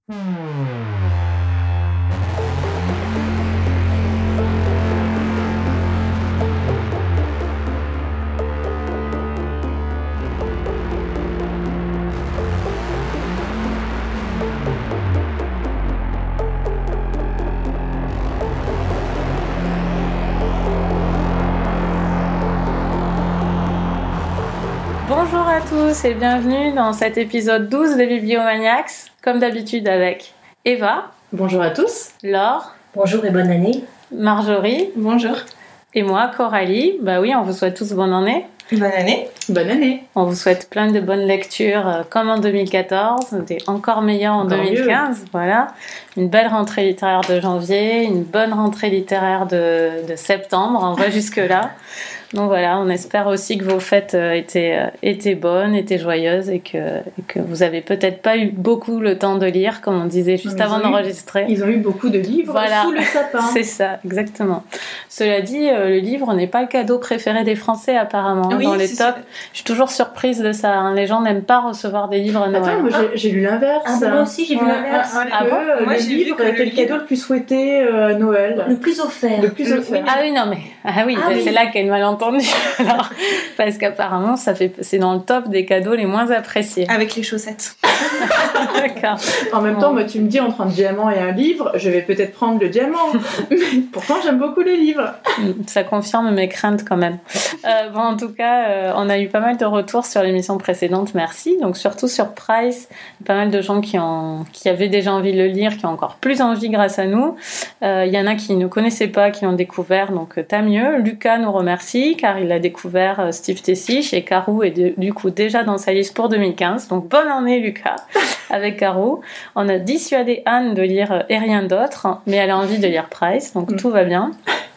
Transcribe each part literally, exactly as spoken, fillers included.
Bonjour à tous et bienvenue dans cet épisode douze des Bibliomaniacs, comme d'habitude avec Eva. Bonjour à tous. Laure. Bonjour et bonne année. Marjorie. Bonjour. Et moi, Coralie. Bah oui, on vous souhaite tous bonne année. Bonne année. Bonne année. On vous souhaite plein de bonnes lectures euh, comme en deux mille quatorze, des encore meilleures en encore deux mille quinze. Mieux. Voilà. Une belle rentrée littéraire de janvier, une bonne rentrée littéraire de, de septembre. On va jusque-là. Donc voilà, on espère aussi que vos fêtes étaient, étaient bonnes, étaient joyeuses et que, et que vous avez peut-être pas eu beaucoup le temps de lire, comme on disait juste avant d'enregistrer. Eu, ils ont eu beaucoup de livres voilà. Sous le sapin. C'est ça, exactement. Cela dit, le livre n'est pas le cadeau préféré des Français apparemment. Oui, dans les tops, ça. Je suis toujours surprise de ça. Hein. Les gens n'aiment pas recevoir des livres à Noël. Attends, moi j'ai, j'ai lu l'inverse. Ah, moi aussi j'ai lu l'inverse. Ah, ah, bon euh, moi, le j'ai livre était le cadeau le plus souhaité euh, à Noël. Le plus offert. Le plus offert. Ah oui, non mais ah oui, ah, c'est oui. là qu'elle m'a entendu. Alors, parce qu'apparemment, ça fait, c'est dans le top des cadeaux les moins appréciés. Avec les chaussettes. D'accord. En même bon. temps, moi, tu me dis entre un diamant et un livre, je vais peut-être prendre le diamant. Mais pourtant, j'aime beaucoup les livres. Ça confirme mes craintes quand même. Euh, bon, en tout cas, euh, on a eu pas mal de retours sur l'émission précédente, merci. Donc, surtout sur Price, pas mal de gens qui, ont, qui avaient déjà envie de le lire, qui ont encore plus envie grâce à nous. Il euh, y en a qui ne connaissaient pas, qui l'ont découvert, donc tant mieux. Lucas nous remercie, car il a découvert euh, Steve Tessich et Carou est de, du coup déjà dans sa liste pour deux mille quinze. Donc, bonne année, Lucas, avec Carou. On a dissuadé Anne de lire euh, Et rien d'autre, mais elle a envie de lire Price, donc mmh. tout va bien.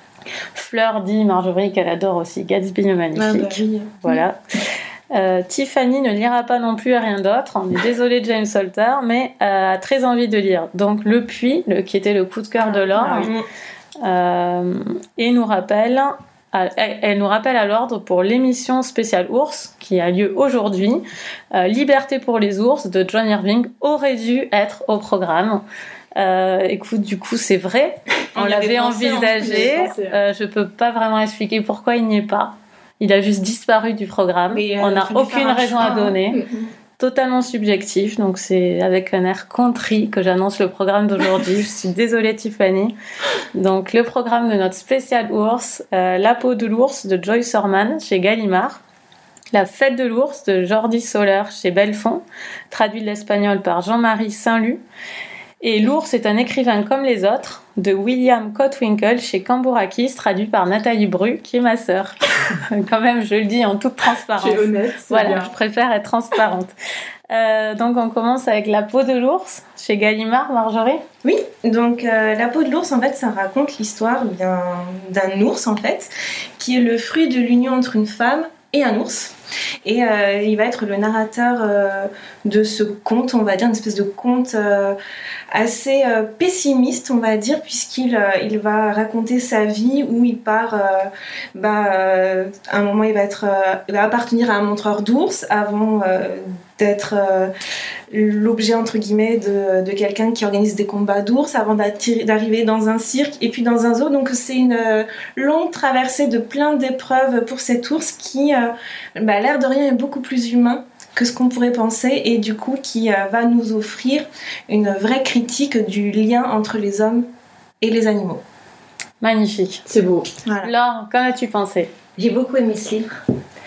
Fleur dit, Marjorie, qu'elle adore aussi Gatsby le Magnifique. Ah bah oui. Voilà. Euh, Tiffany ne lira pas non plus à rien d'autre. On est désolé de James Salter, mais euh, a très envie de lire. Donc Le Puits, le, qui était le coup de cœur de Laure, ah oui. euh, et nous rappelle, à, elle, elle nous rappelle à l'ordre pour l'émission spéciale ours qui a lieu aujourd'hui. Euh, Liberté pour les ours de John Irving aurait dû être au programme. Euh, écoute, du coup, c'est vrai. On, On l'avait envisagé. Euh, je peux pas vraiment expliquer pourquoi il n'y est pas. Il a juste disparu du programme. Mais, euh, on n'a aucune raison à donner. Mm-hmm. Totalement subjectif. Donc, c'est avec un air contrit que j'annonce le programme d'aujourd'hui. Je suis désolée, Tiffany. Donc, le programme de notre spécial ours, euh, La peau de l'ours de Joyce Orman chez Gallimard. La fête de l'ours de Jordi Soler chez Belfond, traduit de l'espagnol par Jean-Marie Saint-Lut. Et L'ours est un écrivain comme les autres, de William Cotwinkle chez Cambourakis, traduit par Nathalie Bru, qui est ma sœur. Quand même, je le dis en toute transparence. Tu es honnête, c'est voilà, bien. Je préfère être transparente. Euh, donc, on commence avec La peau de l'ours chez Gallimard, Marjorie. Oui, donc euh, La peau de l'ours, en fait, ça raconte l'histoire d'un, d'un ours, en fait, qui est le fruit de l'union entre une femme et un ours. Et euh, il va être le narrateur euh, de ce conte, on va dire, une espèce de conte euh, assez euh, pessimiste, on va dire, puisqu'il euh, il va raconter sa vie où il part, euh, bah, euh, à un moment il va, être, euh, il va appartenir à un montreur d'ours avant euh, d'être euh, l'objet, entre guillemets, de, de quelqu'un qui organise des combats d'ours, avant d'arriver dans un cirque et puis dans un zoo. Donc c'est une euh, longue traversée de plein d'épreuves pour cet ours qui, euh, bah, a l'air de rien, est beaucoup plus humain que ce qu'on pourrait penser et du coup qui euh, va nous offrir une vraie critique du lien entre les hommes et les animaux. Magnifique. C'est beau. Voilà. Laure, qu'en as-tu pensé ? J'ai beaucoup aimé ce livre.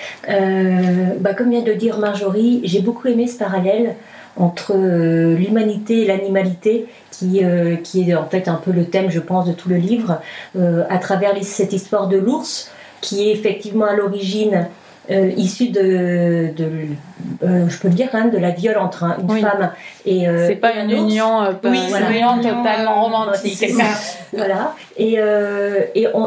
Euh, bah, comme vient de le dire Marjorie, j'ai beaucoup aimé ce parallèle entre euh, l'humanité et l'animalité qui, euh, qui est en fait un peu le thème, je pense, de tout le livre, euh, à travers les, cette histoire de l'ours qui est effectivement à l'origine euh, issue de, de euh, je peux le dire quand même, de la viol entre hein, une oui. femme et euh, c'est pas une union, euh, oui, voilà, une union totalement romantique. Voilà. Et, euh, et on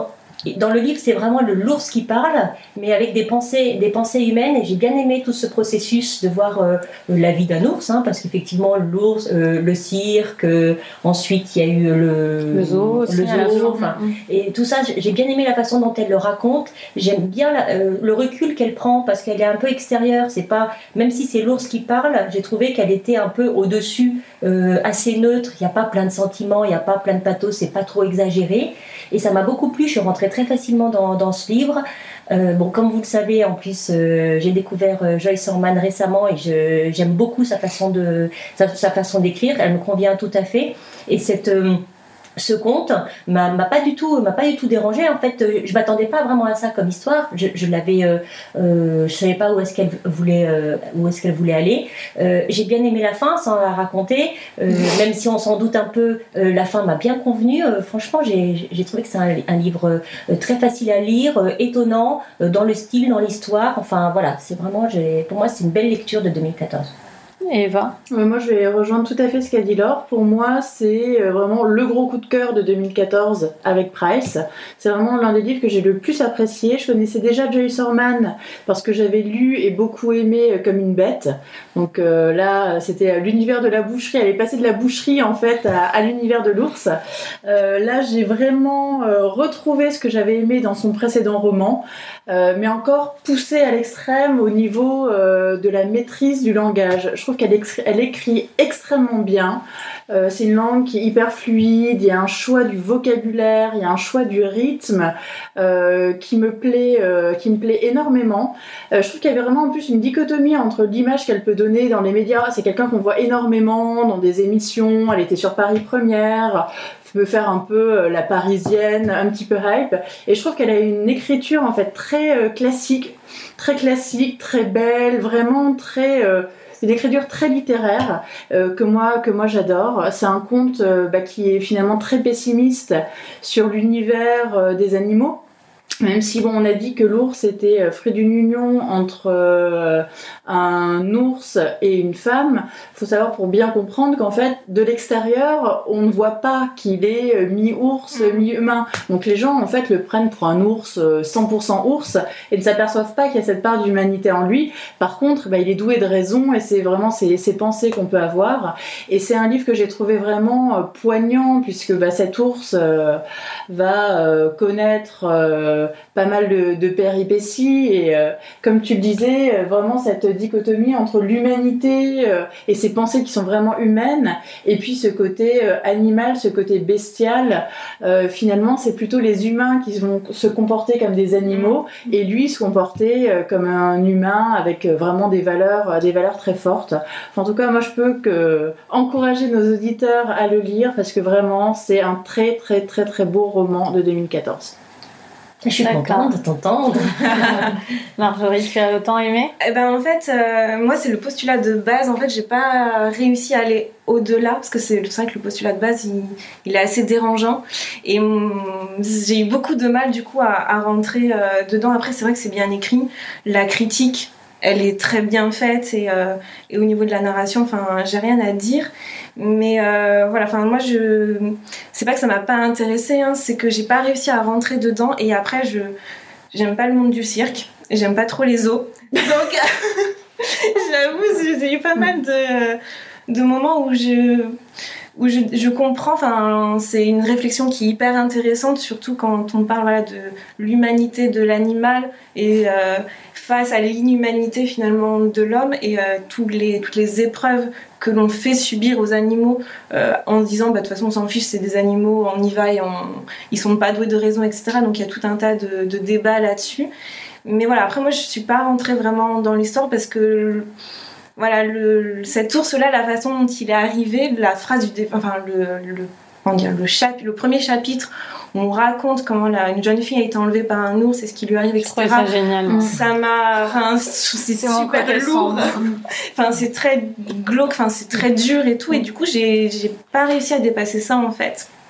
dans le livre, c'est vraiment le l'ours qui parle, mais avec des pensées, des pensées humaines. Et j'ai bien aimé tout ce processus de voir euh, la vie d'un ours, hein, parce qu'effectivement, l'ours, euh, le cirque, euh, ensuite il y a eu le, le zoo, aussi, le zoo enfin, mmh. et tout ça. J'ai bien aimé la façon dont elle le raconte. J'aime bien la, euh, le recul qu'elle prend, parce qu'elle est un peu extérieure. C'est pas, même si c'est l'ours qui parle, j'ai trouvé qu'elle était un peu au-dessus, euh, assez neutre. Il n'y a pas plein de sentiments, il n'y a pas plein de pathos, c'est pas trop exagéré. Et ça m'a beaucoup plu. Je suis rentrée très facilement dans, dans ce livre. Euh, bon, comme vous le savez, en plus, euh, j'ai découvert euh, Joyce Orman récemment et je, j'aime beaucoup sa façon de, sa, sa façon d'écrire. Elle me convient tout à fait. Et cette euh, ce conte m'a, m'a pas du tout m'a pas du tout dérangé. En fait, euh, je m'attendais pas vraiment à ça comme histoire. Je, je l'avais euh, euh, je savais pas où est-ce qu'elle voulait euh, où est-ce qu'elle voulait aller. Euh, j'ai bien aimé la fin sans la raconter, euh, même si on s'en doute un peu. Euh, la fin m'a bien convenu. Euh, franchement, j'ai j'ai trouvé que c'est un, un livre euh, très facile à lire, euh, étonnant euh, dans le style, dans l'histoire. Enfin voilà, c'est vraiment j'ai pour moi c'est une belle lecture de deux mille quatorze. Eva. Moi, je vais rejoindre tout à fait ce qu'a dit Laure. Pour moi, c'est vraiment le gros coup de cœur de deux mille quatorze avec Price. C'est vraiment l'un des livres que j'ai le plus apprécié. Je connaissais déjà Joyce Orman parce que j'avais lu et beaucoup aimé Comme une bête. Donc euh, là, c'était l'univers de la boucherie. Elle est passée de la boucherie, en fait, à, à l'univers de l'ours. Euh, là, j'ai vraiment euh, retrouvé ce que j'avais aimé dans son précédent roman, euh, mais encore poussé à l'extrême au niveau euh, de la maîtrise du langage. Je trouve qu'elle écrit, elle écrit extrêmement bien. Euh, c'est une langue qui est hyper fluide. Il y a un choix du vocabulaire, il y a un choix du rythme euh, qui me plaît, euh, qui me plaît énormément. Euh, je trouve qu'il y avait vraiment en plus une dichotomie entre l'image qu'elle peut donner dans les médias. C'est quelqu'un qu'on voit énormément dans des émissions. Elle était sur Paris Première. Peut faire un peu la parisienne, un petit peu hype. Et je trouve qu'elle a une écriture en fait très euh, classique, très classique, très belle, vraiment très euh, une écriture très littéraire euh, que moi que moi j'adore. C'est un conte euh, bah, qui est finalement très pessimiste sur l'univers euh, des animaux. Même si bon, on a dit que l'ours était fruit d'une union entre euh, un ours et une femme, il faut savoir pour bien comprendre qu'en fait, de l'extérieur, on ne voit pas qu'il est mi-ours, mi-humain. Donc les gens, en fait, le prennent pour un ours cent pour cent ours et ne s'aperçoivent pas qu'il y a cette part d'humanité en lui. Par contre, bah, il est doué de raison et c'est vraiment ces, ces pensées qu'on peut avoir. Et c'est un livre que j'ai trouvé vraiment euh, poignant puisque bah, cet ours euh, va euh, connaître... Euh, pas mal de, de péripéties et euh, comme tu le disais, euh, vraiment cette dichotomie entre l'humanité euh, et ses pensées qui sont vraiment humaines et puis ce côté euh, animal, ce côté bestial. Euh, finalement, c'est plutôt les humains qui vont se comporter comme des animaux et lui se comporter euh, comme un humain avec euh, vraiment des valeurs, euh, des valeurs très fortes. Enfin, en tout cas, moi, je peux que encourager nos auditeurs à le lire parce que vraiment, c'est un très, très, très, très beau roman de deux mille quatorze. Je suis contente de t'entendre. Marjorie, tu as autant aimé ? Eh ben en fait, euh, moi c'est le postulat de base. En fait, j'ai pas réussi à aller au-delà parce que c'est, c'est vrai que le postulat de base, il, il est assez dérangeant et hum, j'ai eu beaucoup de mal du coup à, à rentrer euh, dedans. Après, c'est vrai que c'est bien écrit. La critique, elle est très bien faite et, euh, et au niveau de la narration, enfin, j'ai rien à dire. Mais euh, voilà, enfin moi je, c'est pas que ça m'a pas intéressée, hein, c'est que j'ai pas réussi à rentrer dedans et après je, j'aime pas le monde du cirque, et j'aime pas trop les zoos, donc j'avoue j'ai eu pas mal de, de moments où je, où je, je comprends, enfin c'est une réflexion qui est hyper intéressante, surtout quand on parle voilà, de l'humanité de l'animal et euh, face à l'inhumanité finalement de l'homme et euh, toutes les, toutes les épreuves que l'on fait subir aux animaux euh, en se disant bah, de toute façon on s'en fiche, c'est des animaux, on y va et on, ils sont pas doués de raison, et cetera. Donc il y a tout un tas de, de débats là-dessus. Mais voilà, après moi je suis pas rentrée vraiment dans l'histoire parce que voilà, le, cet ours-là, la façon dont il est arrivé, la phrase du dé, enfin le, le, comment dire, le, chap, le premier chapitre où on raconte comment la, une jeune fille a été enlevée par un ours et ce qui lui arrive, et cetera. Je trouvais ça génial. Ça m'a, enfin, c'est, c'est super lourd. Enfin, c'est très glauque, enfin, c'est très dur et tout. Et du coup, j'ai, j'ai pas réussi à dépasser ça en fait.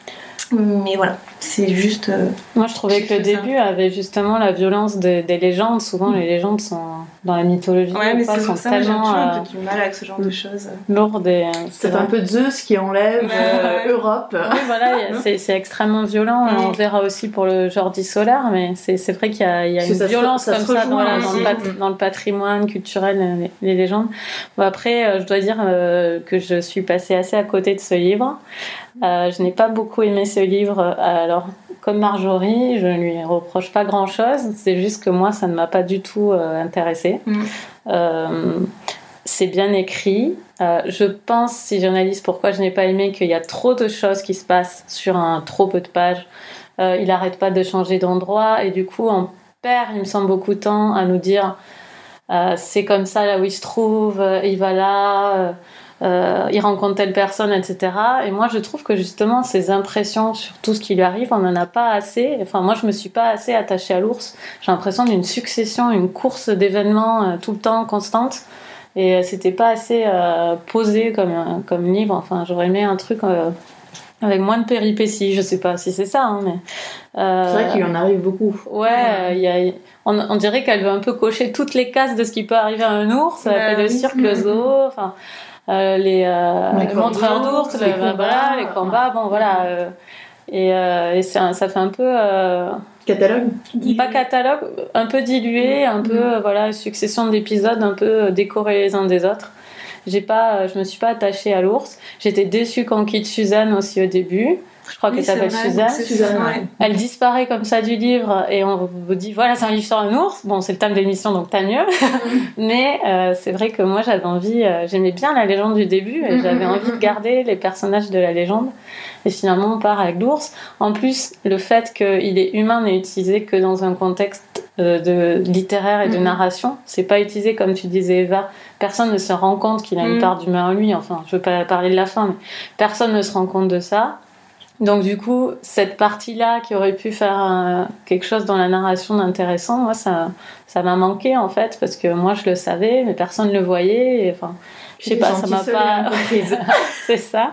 Mais voilà, c'est juste. Euh, Moi, je trouvais que le début ça. avait justement la violence de, des légendes. Souvent, mmh. les légendes sont dans la mythologie. Ouais, mais pas, c'est sont pour ça tellement, j'ai toujours euh, un peu du mal avec ce genre de choses. Lourdes et. Ça fait un peu Zeus qui enlève euh, Europe. Oui, voilà, c'est, c'est extrêmement violent. Mmh. On verra aussi pour le Jordi solaire, mais c'est, c'est vrai qu'il y a, il y a une ça violence se, ça comme ça dans, la, dans, le pat, mmh. dans le patrimoine culturel, les, les légendes. Bon, après, je dois dire euh, que je suis passée assez à côté de ce livre. Euh, je n'ai pas beaucoup aimé ce livre. Alors, comme Marjorie, je ne lui reproche pas grand-chose. C'est juste que moi, ça ne m'a pas du tout euh, intéressée. Mm. Euh, c'est bien écrit. Euh, je pense, si j'analyse pourquoi je n'ai pas aimé, qu'il y a trop de choses qui se passent sur un trop peu de pages. Euh, il n'arrête pas de changer d'endroit et du coup, on perd, il me semble, beaucoup de temps à nous dire euh, c'est comme ça là où il se trouve, euh, il va là... Euh, Euh, il rencontre telle personne, et cetera. Et moi, je trouve que justement, ces impressions sur tout ce qui lui arrive, on n'en a pas assez. Enfin, moi, je me suis pas assez attachée à l'ours. J'ai l'impression d'une succession, une course d'événements euh, tout le temps, constante. Et euh, c'était pas assez euh, posé comme, euh, comme livre. Enfin, j'aurais aimé un truc euh, avec moins de péripéties. Je sais pas si c'est ça, hein, mais... Euh, c'est vrai qu'il en arrive beaucoup. Ouais, il y a... On, on dirait qu'elle veut un peu cocher toutes les cases de ce qui peut arriver à un ours. Elle fait le cirque, le zoo, enfin... Euh, les, euh, les montreurs d'ours, les, combats, voilà, les combats, bon voilà. Euh, et euh, et c'est un, ça fait un peu. Euh, catalogue dilué. Pas catalogue, un peu dilué, un mmh. peu, euh, voilà, succession d'épisodes un peu décorés les uns des autres. J'ai pas, je me suis pas attachée à l'ours. J'étais déçue qu'on quitte Suzanne aussi au début. Je crois oui, qu'elle s'appelle vrai, Suzanne. C'est Suzanne ouais. Elle disparaît comme ça du livre et on vous dit voilà, c'est un livre sur un ours. Bon, c'est le thème de l'émission donc tant mieux. Mais euh, c'est vrai que moi j'avais envie, euh, j'aimais bien la légende du début et j'avais envie de garder les personnages de la légende. Et finalement on part avec l'ours. En plus, le fait qu'il est humain n'est utilisé que dans un contexte euh, de littéraire et de narration. C'est pas utilisé comme tu disais Eva. Personne ne se rend compte qu'il a une part d'humain en lui. Enfin, je veux pas parler de la fin, mais personne ne se rend compte de ça. Donc du coup, cette partie-là qui aurait pu faire euh, quelque chose dans la narration d'intéressant, moi ça, ça m'a manqué en fait parce que moi je le savais, mais personne ne le voyait. Et, enfin, je sais pas, ça m'a pas. C'est ça.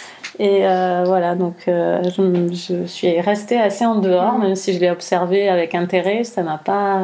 Et euh, voilà, donc euh, je, je suis restée assez en dehors, même si je l'ai observé avec intérêt, ça m'a pas.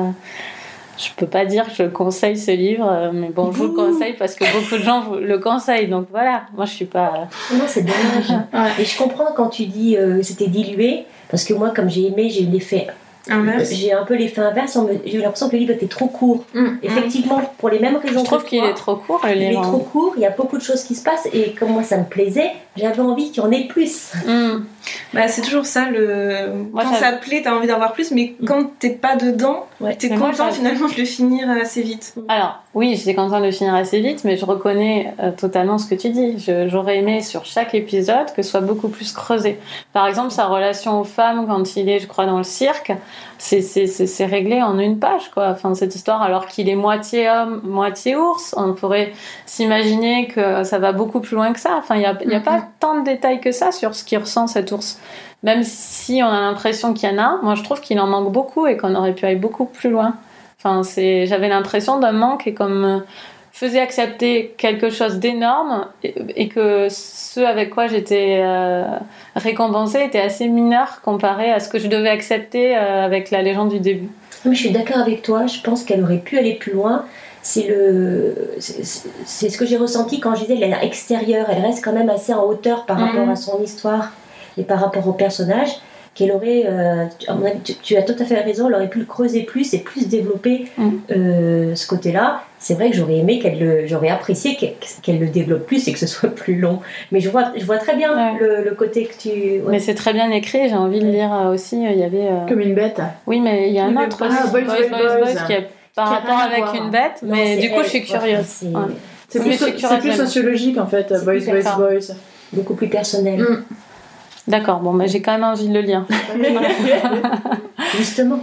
Je peux pas dire que je conseille ce livre, mais bon, je vous le conseille parce que beaucoup de gens le conseillent. Donc voilà, moi je suis pas. Non, c'est dommage. Ouais. Et je comprends quand tu dis euh, c'était dilué, parce que moi, comme j'ai aimé, j'ai eu l'effet. Inverse. J'ai un peu l'effet inverse. Me... J'ai eu l'impression que le livre était trop court. Mmh. Effectivement, pour les mêmes raisons. Je trouve que qu'il toi, est trop court. Le livre. Il est trop court. Il y a beaucoup de choses qui se passent et comme moi ça me plaisait, j'avais envie qu'il y en ait plus. Mmh. Bah, c'est toujours ça. Le... Moi, quand ça plaît, t'as envie d'en voir plus, mais quand t'es pas dedans, ouais. t'es mais content moi, finalement de le finir assez vite. Alors oui, j'étais contente de le finir assez vite, mais je reconnais euh, totalement ce que tu dis. Je, j'aurais aimé sur chaque épisode que ce soit beaucoup plus creusé. Par exemple, sa relation aux femmes quand il est, je crois, dans le cirque. C'est, c'est, c'est, c'est réglé en une page, quoi. Enfin, cette histoire, alors qu'il est moitié homme, moitié ours, on pourrait s'imaginer que ça va beaucoup plus loin que ça. Enfin, il n'y a, y a mm-hmm. pas tant de détails que ça sur ce qu'il ressent, cet ours. Même si on a l'impression qu'il y en a, moi je trouve qu'il en manque beaucoup et qu'on aurait pu aller beaucoup plus loin. Enfin, c'est, j'avais l'impression d'un manque et comme faisait accepter quelque chose d'énorme et, et que ce avec quoi j'étais euh, récompensée était assez mineur comparé à ce que je devais accepter euh, avec la légende du début. Mais je suis d'accord avec toi, je pense qu'elle aurait pu aller plus loin. C'est, le, c'est, c'est ce que j'ai ressenti quand je disais qu'elle est extérieure, elle reste quand même assez en hauteur par rapport mmh. à son histoire et par rapport au personnage. Qu'elle aurait, euh, à mon avis, tu, tu as tout à fait raison, elle aurait pu le creuser plus et plus développer mmh. euh, ce côté-là. C'est vrai que j'aurais aimé qu'elle le, j'aurais apprécié qu'elle, qu'elle le développe plus et que ce soit plus long. Mais je vois, je vois très bien ouais. le, le côté que tu. Ouais. Mais c'est très bien écrit. J'ai envie de lire aussi. Il y avait. Euh... Comme une bête. Oui, mais il y a un oui, autre aussi. Ah, Boys, Boys, Boys, Boys, Boys qui est par rapport avec voir. Une bête. Non, mais du coup, elle, je suis curieuse. C'est, ouais. c'est, plus, c'est, c'est plus sociologique en fait. C'est Boys, Boys, Boys, Boys. Beaucoup plus personnel. Mm. D'accord, bon, bah, j'ai quand même envie de le lire. Justement.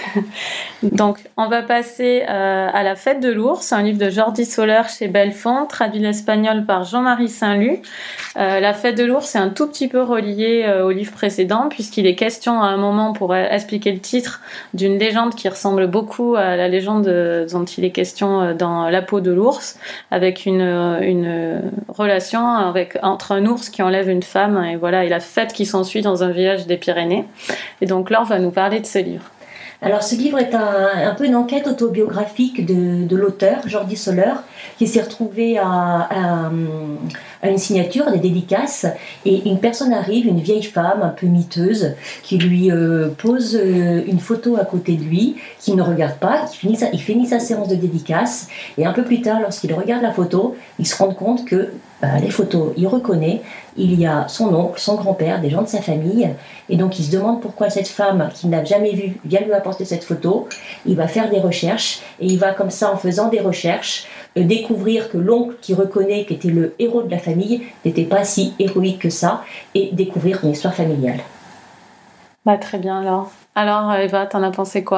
Donc, on va passer euh, à La Fête de l'ours, un livre de Jordi Soler chez Belfond, traduit l'espagnol par Jean-Marie Saint-Lut. Euh, La Fête de l'ours, c'est un tout petit peu relié euh, au livre précédent, puisqu'il est question à un moment, pour expliquer le titre, d'une légende qui ressemble beaucoup à la légende dont il est question dans La peau de l'ours, avec une, une relation avec, entre un ours qui enlève une femme, et voilà, et la fête qui s'ensuit dans un village des Pyrénées. Et donc Laure va nous parler de ce livre. Alors ce livre est un, un peu une enquête autobiographique de, de l'auteur, Jordi Soler, qui s'est retrouvé à, à, à une signature, à des dédicaces, et une personne arrive, une vieille femme un peu miteuse, qui lui euh, pose euh, une photo à côté de lui, qui ne regarde pas, qui finit sa, il finit sa séance de dédicace, et un peu plus tard, lorsqu'il regarde la photo, il se rend compte que bah, les photos, il reconnaît, il y a son oncle, son grand-père, des gens de sa famille, et donc il se demande pourquoi cette femme qu'il n'a jamais vue vient lui apporter cette photo. Il va faire des recherches, et il va comme ça, en faisant des recherches, euh, découvrir que l'oncle qu'il reconnaît, qui était le héros de la famille, n'était pas si héroïque que ça, et découvrir une histoire familiale. Bah, très bien alors. Alors Eva, t'en as pensé quoi ?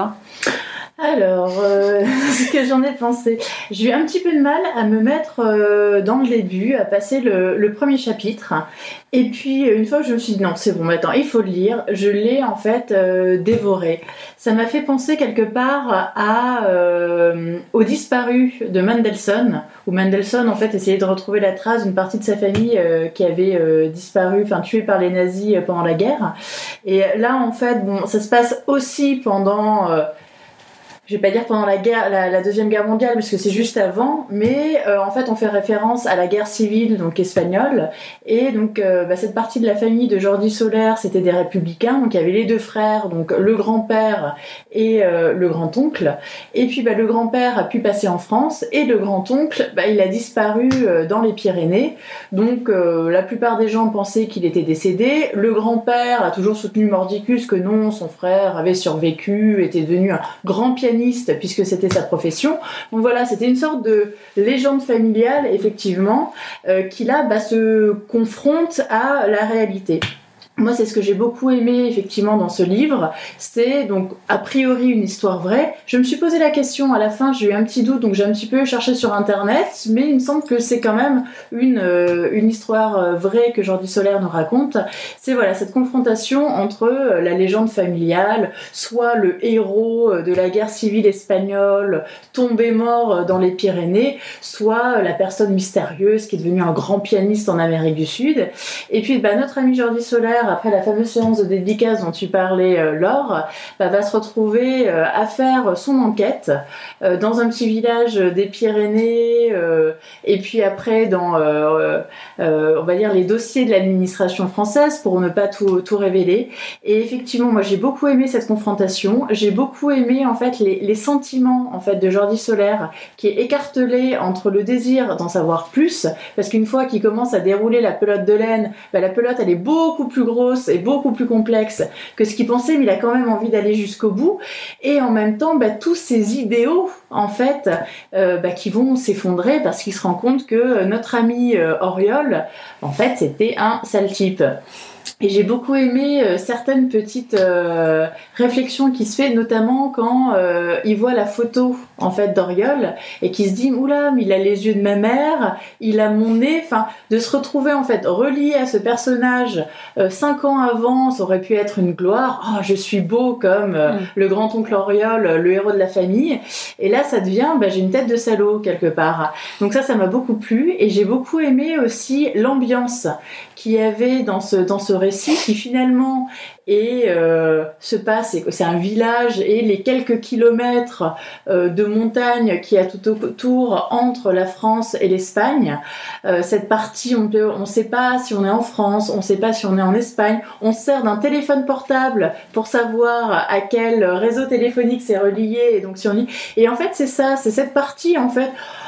Alors, euh, ce que j'en ai pensé, j'ai eu un petit peu de mal à me mettre euh, dans le début, à passer le, le premier chapitre. Et puis, une fois que je me suis dit, non, c'est bon, maintenant, il faut le lire, je l'ai en fait euh, dévoré. Ça m'a fait penser quelque part à, euh, au disparu de Mendelssohn, où Mendelssohn, en fait, essayait de retrouver la trace d'une partie de sa famille euh, qui avait euh, disparu, enfin, tuée par les nazis euh, pendant la guerre. Et là, en fait, bon, ça se passe aussi pendant... Euh, je vais pas dire pendant la guerre, la, la deuxième guerre mondiale, parce que c'est juste avant, mais euh, en fait on fait référence à la guerre civile donc espagnole, et donc euh, bah, cette partie de la famille de Jordi Soler, c'était des républicains, donc il y avait les deux frères, donc le grand-père et euh, le grand-oncle, et puis bah, le grand-père a pu passer en France, et le grand-oncle, bah, il a disparu euh, dans les Pyrénées, donc euh, la plupart des gens pensaient qu'il était décédé, le grand-père a toujours soutenu mordicus que non, son frère avait survécu, était devenu un grand pianiste, puisque c'était sa profession. Donc voilà, c'était une sorte de légende familiale, effectivement, euh, qui là bah, se confronte à la réalité. Moi, c'est ce que j'ai beaucoup aimé, effectivement, dans ce livre. C'est donc, a priori, une histoire vraie. Je me suis posé la question à la fin, j'ai eu un petit doute, donc j'ai un petit peu cherché sur Internet, mais il me semble que c'est quand même une, euh, une histoire vraie que Jordi Soler nous raconte. C'est voilà, cette confrontation entre la légende familiale, soit le héros de la guerre civile espagnole, tombé mort dans les Pyrénées, soit la personne mystérieuse qui est devenue un grand pianiste en Amérique du Sud. Et puis, bah, notre ami Jordi Soler, après la fameuse séance de dédicace dont tu parlais, euh, Laure, bah, va se retrouver euh, à faire son enquête euh, dans un petit village des Pyrénées, euh, et puis après dans, euh, euh, on va dire, les dossiers de l'administration française, pour ne pas tout, tout révéler. Et effectivement, moi j'ai beaucoup aimé cette confrontation, j'ai beaucoup aimé en fait les, les sentiments en fait de Jordi Soler, qui est écartelé entre le désir d'en savoir plus, parce qu'une fois qu'il commence à dérouler la pelote de laine, bah, la pelote elle est beaucoup plus grosse et beaucoup plus complexe que ce qu'il pensait, mais il a quand même envie d'aller jusqu'au bout, et en même temps bah, tous ces idéaux en fait euh, bah, qui vont s'effondrer parce qu'il se rend compte que notre ami euh, Auriol en fait c'était un sale type. Et j'ai beaucoup aimé euh, certaines petites euh, réflexions qui se fait, notamment quand euh, il voit la photo en fait d'Auriol et qui se dit oula, mais il a les yeux de ma mère, il a mon nez, enfin de se retrouver en fait relié à ce personnage euh, cinq ans avant, ça aurait pu être une gloire. Oh, je suis beau comme euh, mm. le grand-oncle Auriol, le héros de la famille. Et là, ça devient, bah, j'ai une tête de salaud quelque part. Donc ça, ça m'a beaucoup plu, et j'ai beaucoup aimé aussi l'ambiance qu'il y avait dans ce dans ce récit qui finalement et euh, se passe, c'est un village et les quelques kilomètres euh, de montagne qu'il y a tout autour entre la France et l'Espagne. Euh, cette partie, on peut, on sait pas si on est en France, on sait pas si on est en Espagne. On se sert d'un téléphone portable pour savoir à quel réseau téléphonique c'est relié, et donc si on y... et en fait c'est ça, c'est cette partie en fait.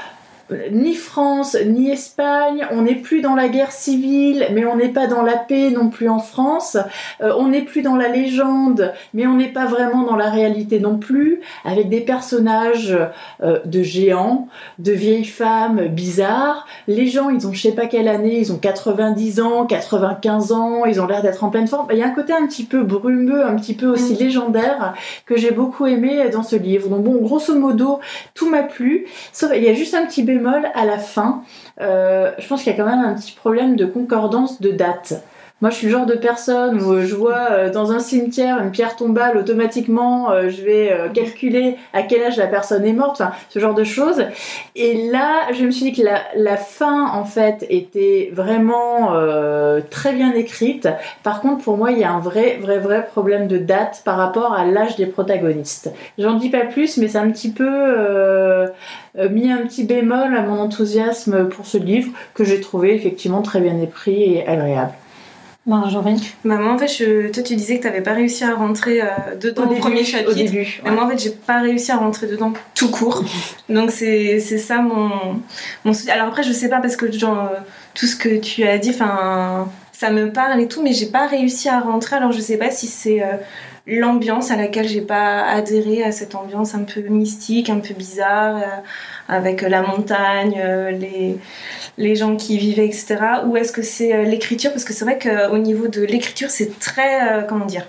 ni France, ni Espagne, on n'est plus dans la guerre civile, mais on n'est pas dans la paix non plus en France, euh, on n'est plus dans la légende, mais on n'est pas vraiment dans la réalité non plus, avec des personnages euh, de géants, de vieilles femmes bizarres. Les gens, ils ont je sais pas quelle année, ils ont quatre-vingt-dix ans, quatre-vingt-quinze ans, ils ont l'air d'être en pleine forme. Il y a un côté un petit peu brumeux, un petit peu aussi légendaire, que j'ai beaucoup aimé dans ce livre. Donc bon, grosso modo, tout m'a plu, sauf il y a juste un petit bémol à la fin. Euh, je pense qu'il y a quand même un petit problème de concordance de date. Moi, je suis le genre de personne où je vois euh, dans un cimetière une pierre tombale, automatiquement, euh, je vais euh, calculer à quel âge la personne est morte, enfin, ce genre de choses. Et là, je me suis dit que la, la fin, en fait, était vraiment euh, très bien écrite. Par contre, pour moi, il y a un vrai, vrai, vrai problème de date par rapport à l'âge des protagonistes. J'en dis pas plus, mais c'est un petit peu euh, mis un petit bémol à mon enthousiasme pour ce livre, que j'ai trouvé effectivement très bien écrit et agréable. Marjorie. Bah moi en fait, je... toi tu disais que t'avais pas réussi à rentrer euh, dedans au, au début, premier chapitre. Au début, mais ouais. moi en fait, j'ai pas réussi à rentrer dedans tout court. Donc c'est c'est ça mon mon souci. Alors après, je sais pas parce que genre euh, tout ce que tu as dit, enfin ça me parle et tout, mais j'ai pas réussi à rentrer. Alors je sais pas si c'est euh, l'ambiance à laquelle j'ai pas adhéré, à cette ambiance un peu mystique, un peu bizarre, euh, avec la montagne, euh, les les gens qui y vivaient, et cetera. Ou est-ce que c'est euh, l'écriture? Parce que c'est vrai qu'au niveau de l'écriture, c'est très... Euh, comment dire?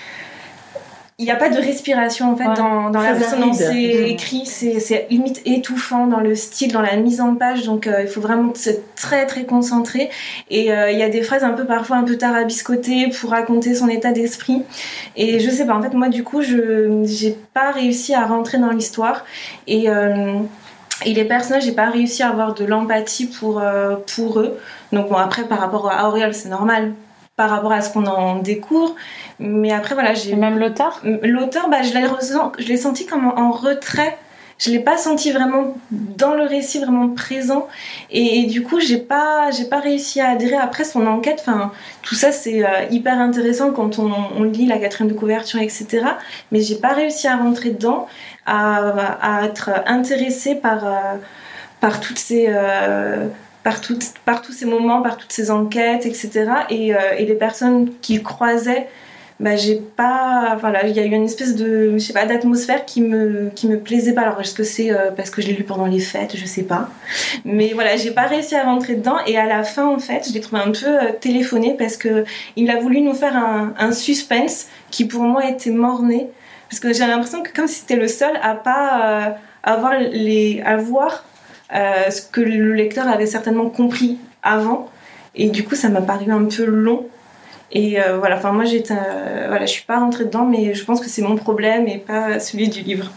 Il n'y a pas de respiration, en fait, ouais, dans, dans la façon dont c'est écrit. C'est, c'est limite étouffant dans le style, dans la mise en page. Donc, euh, il faut vraiment être très, très concentré. Et euh, il y a des phrases un peu, parfois, un peu tarabiscotées pour raconter son état d'esprit. Et je sais pas, en fait, moi, du coup, je j'ai pas réussi à rentrer dans l'histoire. Et... Euh, Et les personnages, j'ai pas réussi à avoir de l'empathie pour, euh, pour eux. Donc bon, après, par rapport à Auriol, c'est normal, par rapport à ce qu'on en découvre. Mais après, voilà, j'ai... Et même l'auteur L'auteur, bah, je l'ai, ressent... je l'ai senti comme en retrait. Je l'ai pas senti vraiment dans le récit, vraiment présent. Et, et du coup, j'ai pas, j'ai pas réussi à adhérer. Après, son enquête, enfin, tout ça, c'est euh, hyper intéressant quand on, on lit la quatrième de couverture, et cetera. Mais j'ai pas réussi à rentrer dedans, à, à être intéressée par, euh, par toutes ces... Euh, par, toutes, par tous ces moments, par toutes ces enquêtes, et cetera. Et, euh, et les personnes qu'il croisait, bah, j'ai pas, voilà, il y a eu une espèce de, je sais pas, d'atmosphère qui me, qui me plaisait pas. Alors est-ce que c'est euh, parce que je l'ai lu pendant les fêtes, je sais pas. Mais voilà, j'ai pas réussi à rentrer dedans. Et à la fin, en fait, je l'ai trouvé un peu euh, téléphoné parce que il a voulu nous faire un, un suspense qui pour moi était mort-né. Parce que j'ai l'impression que comme si c'était le seul à pas euh, avoir les, à voir euh, ce que le lecteur avait certainement compris avant. Et du coup, ça m'a paru un peu long. Et euh, voilà, enfin moi j'étais, euh, voilà, je suis pas rentrée dedans, mais je pense que c'est mon problème et pas celui du livre.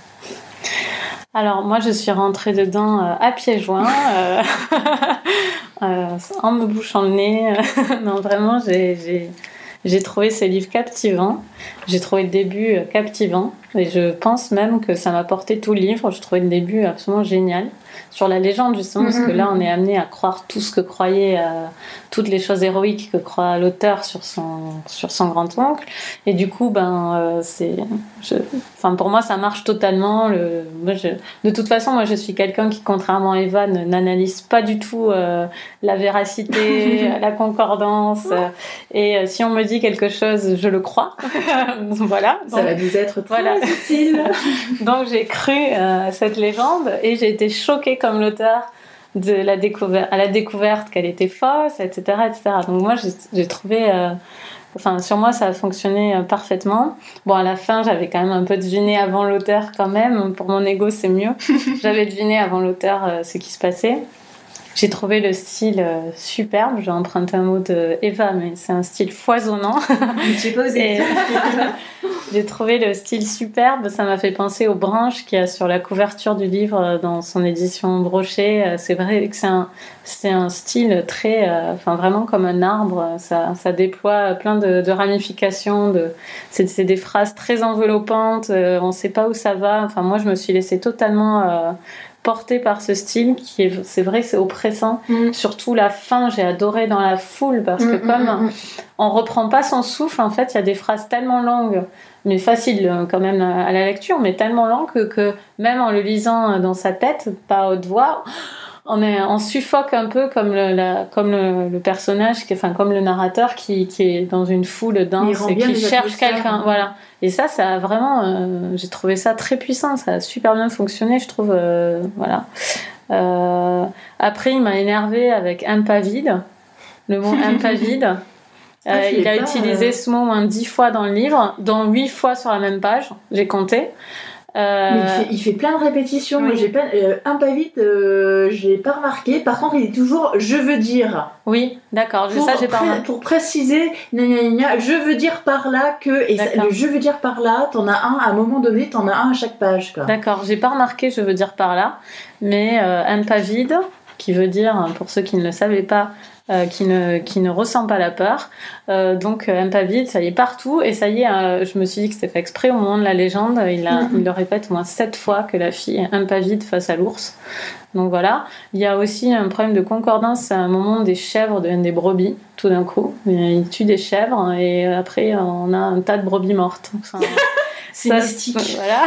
Alors moi je suis rentrée dedans euh, à pieds joints, euh, euh, en me bouchant le nez. Non vraiment j'ai, j'ai, j'ai trouvé ce livre captivant, j'ai trouvé le début euh, captivant et je pense même que ça m'a porté tout le livre. Je trouvais le début absolument génial. Sur la légende justement, parce que là on est amené à croire tout ce que croyait, euh, toutes les choses héroïques que croit l'auteur sur son, sur son grand-oncle, et du coup ben, euh, c'est, je, enfin, pour moi ça marche totalement. Le, moi, je, de toute façon moi je suis quelqu'un qui, contrairement à Eva, ne, n'analyse pas du tout euh, la véracité, la concordance, euh, et euh, si on me dit quelque chose je le crois. Voilà, donc, ça va nous être très voilà. utile. Donc j'ai cru euh, à cette légende et j'ai été choquée comme l'auteur de la découverte, à la découverte qu'elle était fausse, et cetera, et cetera. Donc moi j'ai, j'ai trouvé, euh, enfin sur moi ça a fonctionné euh, parfaitement. Bon à la fin j'avais quand même un peu deviné avant l'auteur quand même. Pour mon ego c'est mieux. J'avais deviné avant l'auteur euh, ce qui se passait. J'ai trouvé le style euh, superbe. J'ai emprunté un mot de Eva, mais c'est un style foisonnant. J'ai pas osé. Et... J'ai trouvé le style superbe. Ça m'a fait penser aux branches qu'il y a sur la couverture du livre dans son édition brochée. C'est vrai que c'est un, c'est un style très, euh, enfin vraiment comme un arbre. Ça, ça déploie plein de, de ramifications. De, c'est, c'est des phrases très enveloppantes. Euh, on ne sait pas où ça va. Enfin moi, je me suis laissée totalement euh, portée par ce style qui est, c'est vrai que c'est oppressant. Mm. Surtout la fin, j'ai adoré dans la foule parce que mm, comme mm, mm. on reprend pas son souffle, en fait, il y a des phrases tellement longues, mais faciles quand même à la lecture, mais tellement longues que, que même en le lisant dans sa tête, pas à haute voix, on est, on suffoque un peu comme le, la, comme le, le personnage, qui, enfin comme le narrateur qui, qui est dans une foule dense et qui cherche quelqu'un. Voilà. Et ça, ça a vraiment, euh, j'ai trouvé ça très puissant. Ça a super bien fonctionné, je trouve. Euh, voilà. Euh, après, il m'a énervé avec impavide. Le mot impavide. Euh, ah, il a pas, utilisé euh... ce mot au moins dix fois dans le livre, dont huit fois sur la même page. J'ai compté. Euh... Mais il fait, il fait plein de répétitions. Oui. Moi, j'ai pas, euh, impavide, euh, j'ai pas remarqué. Par contre, il est toujours je veux dire. Oui, d'accord. Pour, ça, j'ai pas remarqué. Pour préciser, gna, gna, gna, je veux dire par là que. Et ça, le je veux dire par là, t'en as un à un moment donné, t'en as un à chaque page. Quoi. D'accord. J'ai pas remarqué je veux dire par là, mais euh, impavide, qui veut dire, pour ceux qui ne le savaient pas, Euh, qui ne qui ne ressent pas la peur. Euh, donc euh, impavide, ça y est partout et ça y est. Euh, je me suis dit que c'était fait exprès au moment de la légende. Il a, mm-hmm. il le répète au moins sept fois que la fille est impavide face à l'ours. Donc voilà. Il y a aussi un problème de concordance à un moment des chèvres deviennent des brebis tout d'un coup. Il tue des chèvres et après on a un tas de brebis mortes. Enfin, c'est mystique. Voilà.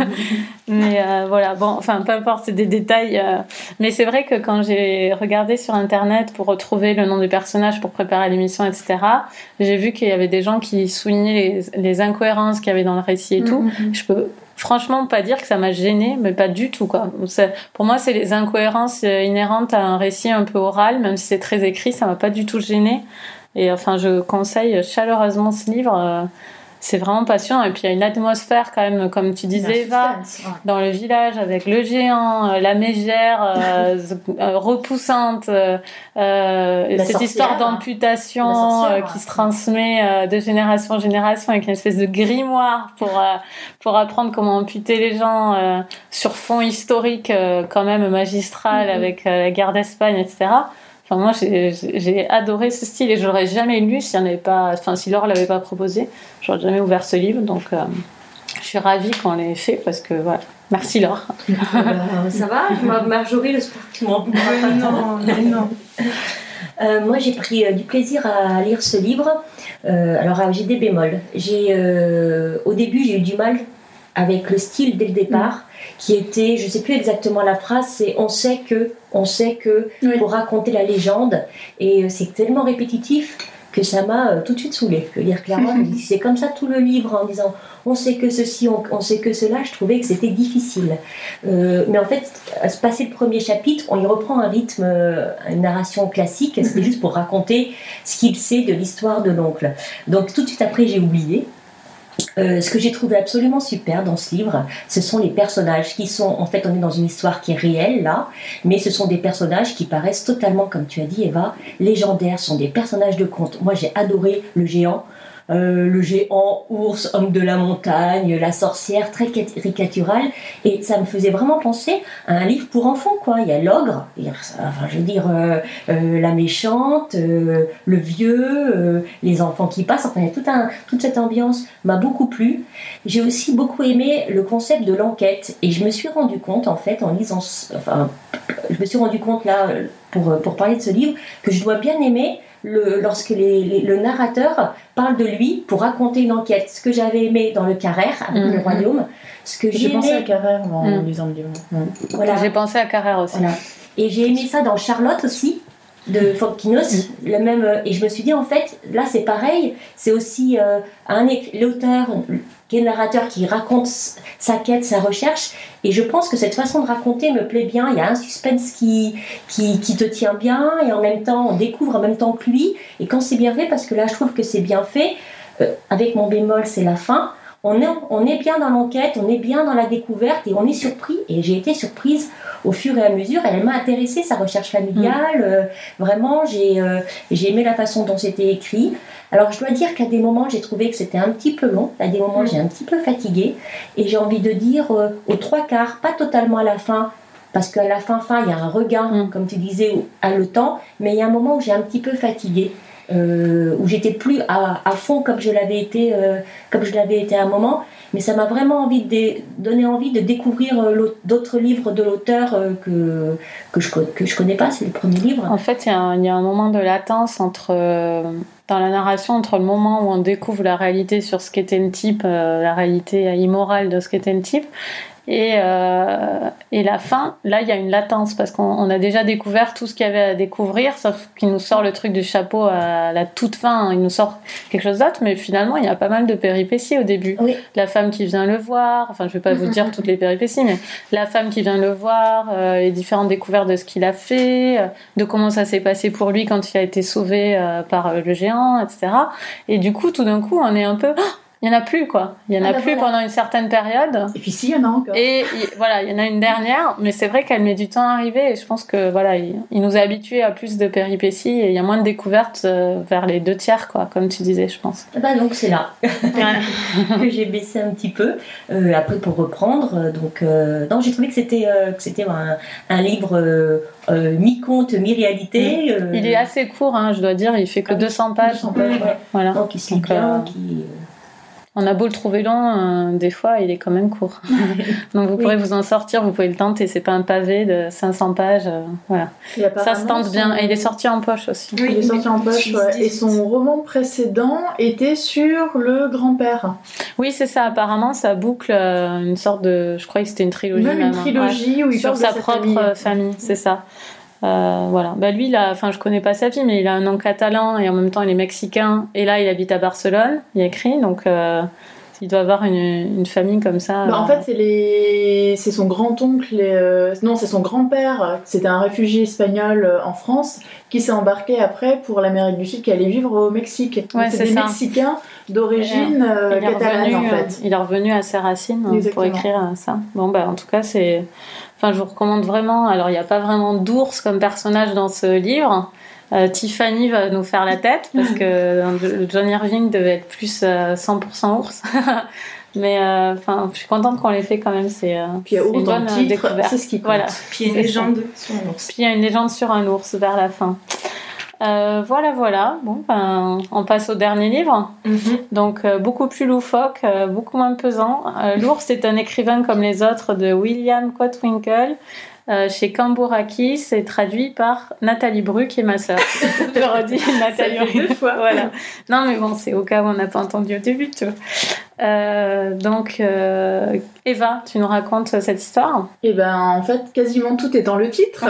Mais euh, voilà, bon, enfin, peu importe, c'est des détails. Euh, mais c'est vrai que quand j'ai regardé sur Internet pour retrouver le nom des personnages pour préparer l'émission, et cetera, j'ai vu qu'il y avait des gens qui soulignaient les, les incohérences qu'il y avait dans le récit et tout. Mm-hmm. Je peux franchement pas dire que ça m'a gênée, mais pas du tout, quoi. C'est, pour moi, c'est les incohérences inhérentes à un récit un peu oral, même si c'est très écrit, ça m'a pas du tout gênée. Et enfin, je conseille chaleureusement ce livre. Euh, C'est vraiment passionnant. Et puis, il y a une atmosphère, quand même, comme tu disais, Eva, ouais. dans le village, avec le géant, la mégère euh, repoussante, euh, cette sorcière, histoire d'amputation euh, qui se transmet euh, de génération en génération, avec une espèce de grimoire pour, euh, pour apprendre comment amputer les gens euh, sur fond historique, euh, quand même magistral, mm-hmm. avec euh, la guerre d'Espagne, et cetera. Enfin, moi, j'ai, j'ai adoré ce style et je l'aurais jamais lu si, avait pas, enfin, si Laure l'avait pas proposé. J'aurais jamais ouvert ce livre, donc euh, je suis ravie qu'on l'ait fait parce que voilà. Merci Laure. Euh, ça va, Marjorie, j'espère que tu m'en euh, Non, non. Euh, moi, j'ai pris euh, du plaisir à lire ce livre. Euh, alors, j'ai des bémols. J'ai, euh, au début, j'ai eu du mal avec le style dès le départ, mmh. qui était, je ne sais plus exactement la phrase, c'est on sait que, on sait que, oui. pour raconter la légende, et c'est tellement répétitif que ça m'a euh, tout de suite saoulée. Je veux dire clairement, c'est comme ça tout le livre en disant on sait que ceci, on, on sait que cela, je trouvais que c'était difficile. Euh, mais en fait, à se passer le premier chapitre, on y reprend un rythme, euh, une narration classique, c'était juste pour raconter ce qu'il sait de l'histoire de l'oncle. Donc tout de suite après, j'ai oublié. Euh, ce que j'ai trouvé absolument super dans ce livre, ce sont les personnages qui sont, en fait on est dans une histoire qui est réelle là, mais ce sont des personnages qui paraissent totalement, comme tu as dit Eva, légendaires, ce sont des personnages de conte. Moi j'ai adoré le géant, euh, le géant, ours, homme de la montagne, la sorcière, très caricatural, et ça me faisait vraiment penser à un livre pour enfants, quoi. Il y a l'ogre, enfin, je veux dire, euh, euh, la méchante, euh, le vieux, euh, les enfants qui passent, enfin, il y a tout un, toute cette ambiance m'a beaucoup plu. J'ai aussi beaucoup aimé le concept de l'enquête, et je me suis rendu compte, en fait, en lisant, enfin, je me suis rendu compte, là, pour, pour parler de ce livre, que je dois bien aimer Le, lorsque les, les, le narrateur parle de lui pour raconter une enquête. Ce que j'avais aimé dans le Carrère, avec mmh. le royaume, ce que j'ai, j'ai aimé... pensé à Carrère en mmh. lisant le livre. Mmh. Voilà. J'ai pensé à Carrère aussi. Voilà. Et j'ai aimé ça dans Charlotte aussi, de Fonkinos, mmh. le même. Et je me suis dit en fait, là c'est pareil, c'est aussi euh, un l'auteur qui est narrateur qui raconte sa quête, sa recherche, et je pense que cette façon de raconter me plaît bien. Il y a un suspense qui, qui, qui te tient bien, et en même temps on découvre en même temps que lui, et quand c'est bien fait, parce que là je trouve que c'est bien fait, euh, avec mon bémol c'est la fin, on est, on est bien dans l'enquête, on est bien dans la découverte, et on est surpris, et j'ai été surprise au fur et à mesure. Elle m'a intéressée, sa recherche familiale, mmh. euh, vraiment j'ai, euh, j'ai aimé la façon dont c'était écrit. Alors je dois dire qu'à des moments j'ai trouvé que c'était un petit peu long, à des moments mmh. j'ai un petit peu fatiguée, et j'ai envie de dire euh, aux trois quarts, pas totalement à la fin, parce qu'à la fin fin il y a un regain, mmh. comme tu disais, à le temps, mais il y a un moment où j'ai un petit peu fatiguée. Euh, où j'étais plus à, à fond comme je l'avais été euh, comme je l'avais été à un moment, mais ça m'a vraiment envie de dé- donné envie de découvrir euh, d'autres livres de l'auteur euh, que, que, je, que je connais pas, c'est le premier livre. En fait, il y, y a un moment de latence entre, euh, dans la narration, entre le moment où on découvre la réalité sur ce qu'était le type, euh, la réalité immorale de ce qu'était le type, Et, euh, et la fin, là, il y a une latence parce qu'on on a déjà découvert tout ce qu'il y avait à découvrir, sauf qu'il nous sort le truc du chapeau à la toute fin, hein, il nous sort quelque chose d'autre, mais finalement, il y a pas mal de péripéties au début. Oui. La femme qui vient le voir, enfin, je vais pas vous dire toutes les péripéties, mais la femme qui vient le voir, euh, les différentes découvertes de ce qu'il a fait, euh, de comment ça s'est passé pour lui quand il a été sauvé euh, par euh, le géant, et cetera. Et du coup, tout d'un coup, on est un peu... Oh, il n'y en a plus, quoi. Il n'y en Ah a bah plus voilà. pendant une certaine période. Et puis si, il y en a encore. Et il- voilà, il y en a une dernière, mais c'est vrai qu'elle met du temps à arriver. Et je pense que voilà, il, il nous a habitués à plus de péripéties et il y a moins de découvertes euh, vers les deux tiers, quoi, comme tu disais, je pense. Bah donc c'est là Ouais. que j'ai baissé un petit peu. Euh, après pour reprendre, euh, donc euh, non, j'ai trouvé que c'était euh, que c'était un, un livre euh, euh, mi-conte, mi-réalité. euh, Il est assez court, hein, je dois dire. Il fait que Ah oui, deux cents pages. deux cents pages, ouais. Voilà. Donc il se lit Donc, bien, euh, qui... On a beau le trouver long, euh, des fois, il est quand même court. Donc vous Oui. pourrez vous en sortir, vous pouvez le tenter. C'est pas un pavé de cinq cents pages. euh, voilà. Et Ça apparemment, se tente bien. son- Et il est sorti en poche aussi. Il est sorti en poche, ouais. Et son roman précédent était sur le grand-père. Oui, c'est ça. Apparemment, ça boucle euh, une sorte de. Je croyais que c'était une trilogie. Même une même, hein. trilogie où Ouais. il Sur parle de sa sa propre famille. euh, famille, c'est ça. Euh, voilà. Bah lui, il a, enfin, je connais pas sa vie, mais il a un nom catalan et en même temps, il est mexicain. Et là, il habite à Barcelone. Il y a écrit, donc euh, il doit avoir une, une famille comme ça. Bah, en euh, fait, c'est les... c'est son grand-oncle, et, euh, non, c'est son grand-père, c'était un réfugié espagnol euh, en France, qui s'est embarqué après pour l'Amérique du Sud, qui allait vivre au Mexique. Donc, Ouais, c'est c'est des ça. Mexicains d'origine euh, il, est catalane, revenu, en euh, fait. il est revenu à ses racines hein, pour Exactement. écrire euh, ça. Bon, bah, en tout cas, c'est. Enfin, je vous recommande vraiment. Alors, il n'y a pas vraiment d'ours comme personnage dans ce livre. Euh, Tiffany va nous faire la tête parce que euh, John Irving devait être plus euh, cent pour cent ours. Mais euh, enfin, je suis contente qu'on l'ait fait quand même. C'est, euh, Puis il y a c'est ours une dans bonne le euh, titre, découverte. c'est ce qui compte. Voilà. Puis il y a une C'est légende sur un ours. Puis il y a une légende sur un ours vers la fin. Euh, voilà, voilà. Bon, ben, on passe au dernier livre. Mhm. Donc, euh, beaucoup plus loufoque, euh, beaucoup moins pesant. Euh, L'ours est un écrivain comme les autres de William Kotwinkle. Euh, chez Cambourakis, c'est traduit par Nathalie Bru, qui est ma sœur. Je redis Nathalie Ça fait Bru. deux fois. Voilà. Non, mais bon, c'est au cas où on n'a pas entendu au début, tu vois. Euh, donc, euh, Eva, tu nous racontes cette histoire ? Et ben en fait quasiment tout est dans le titre.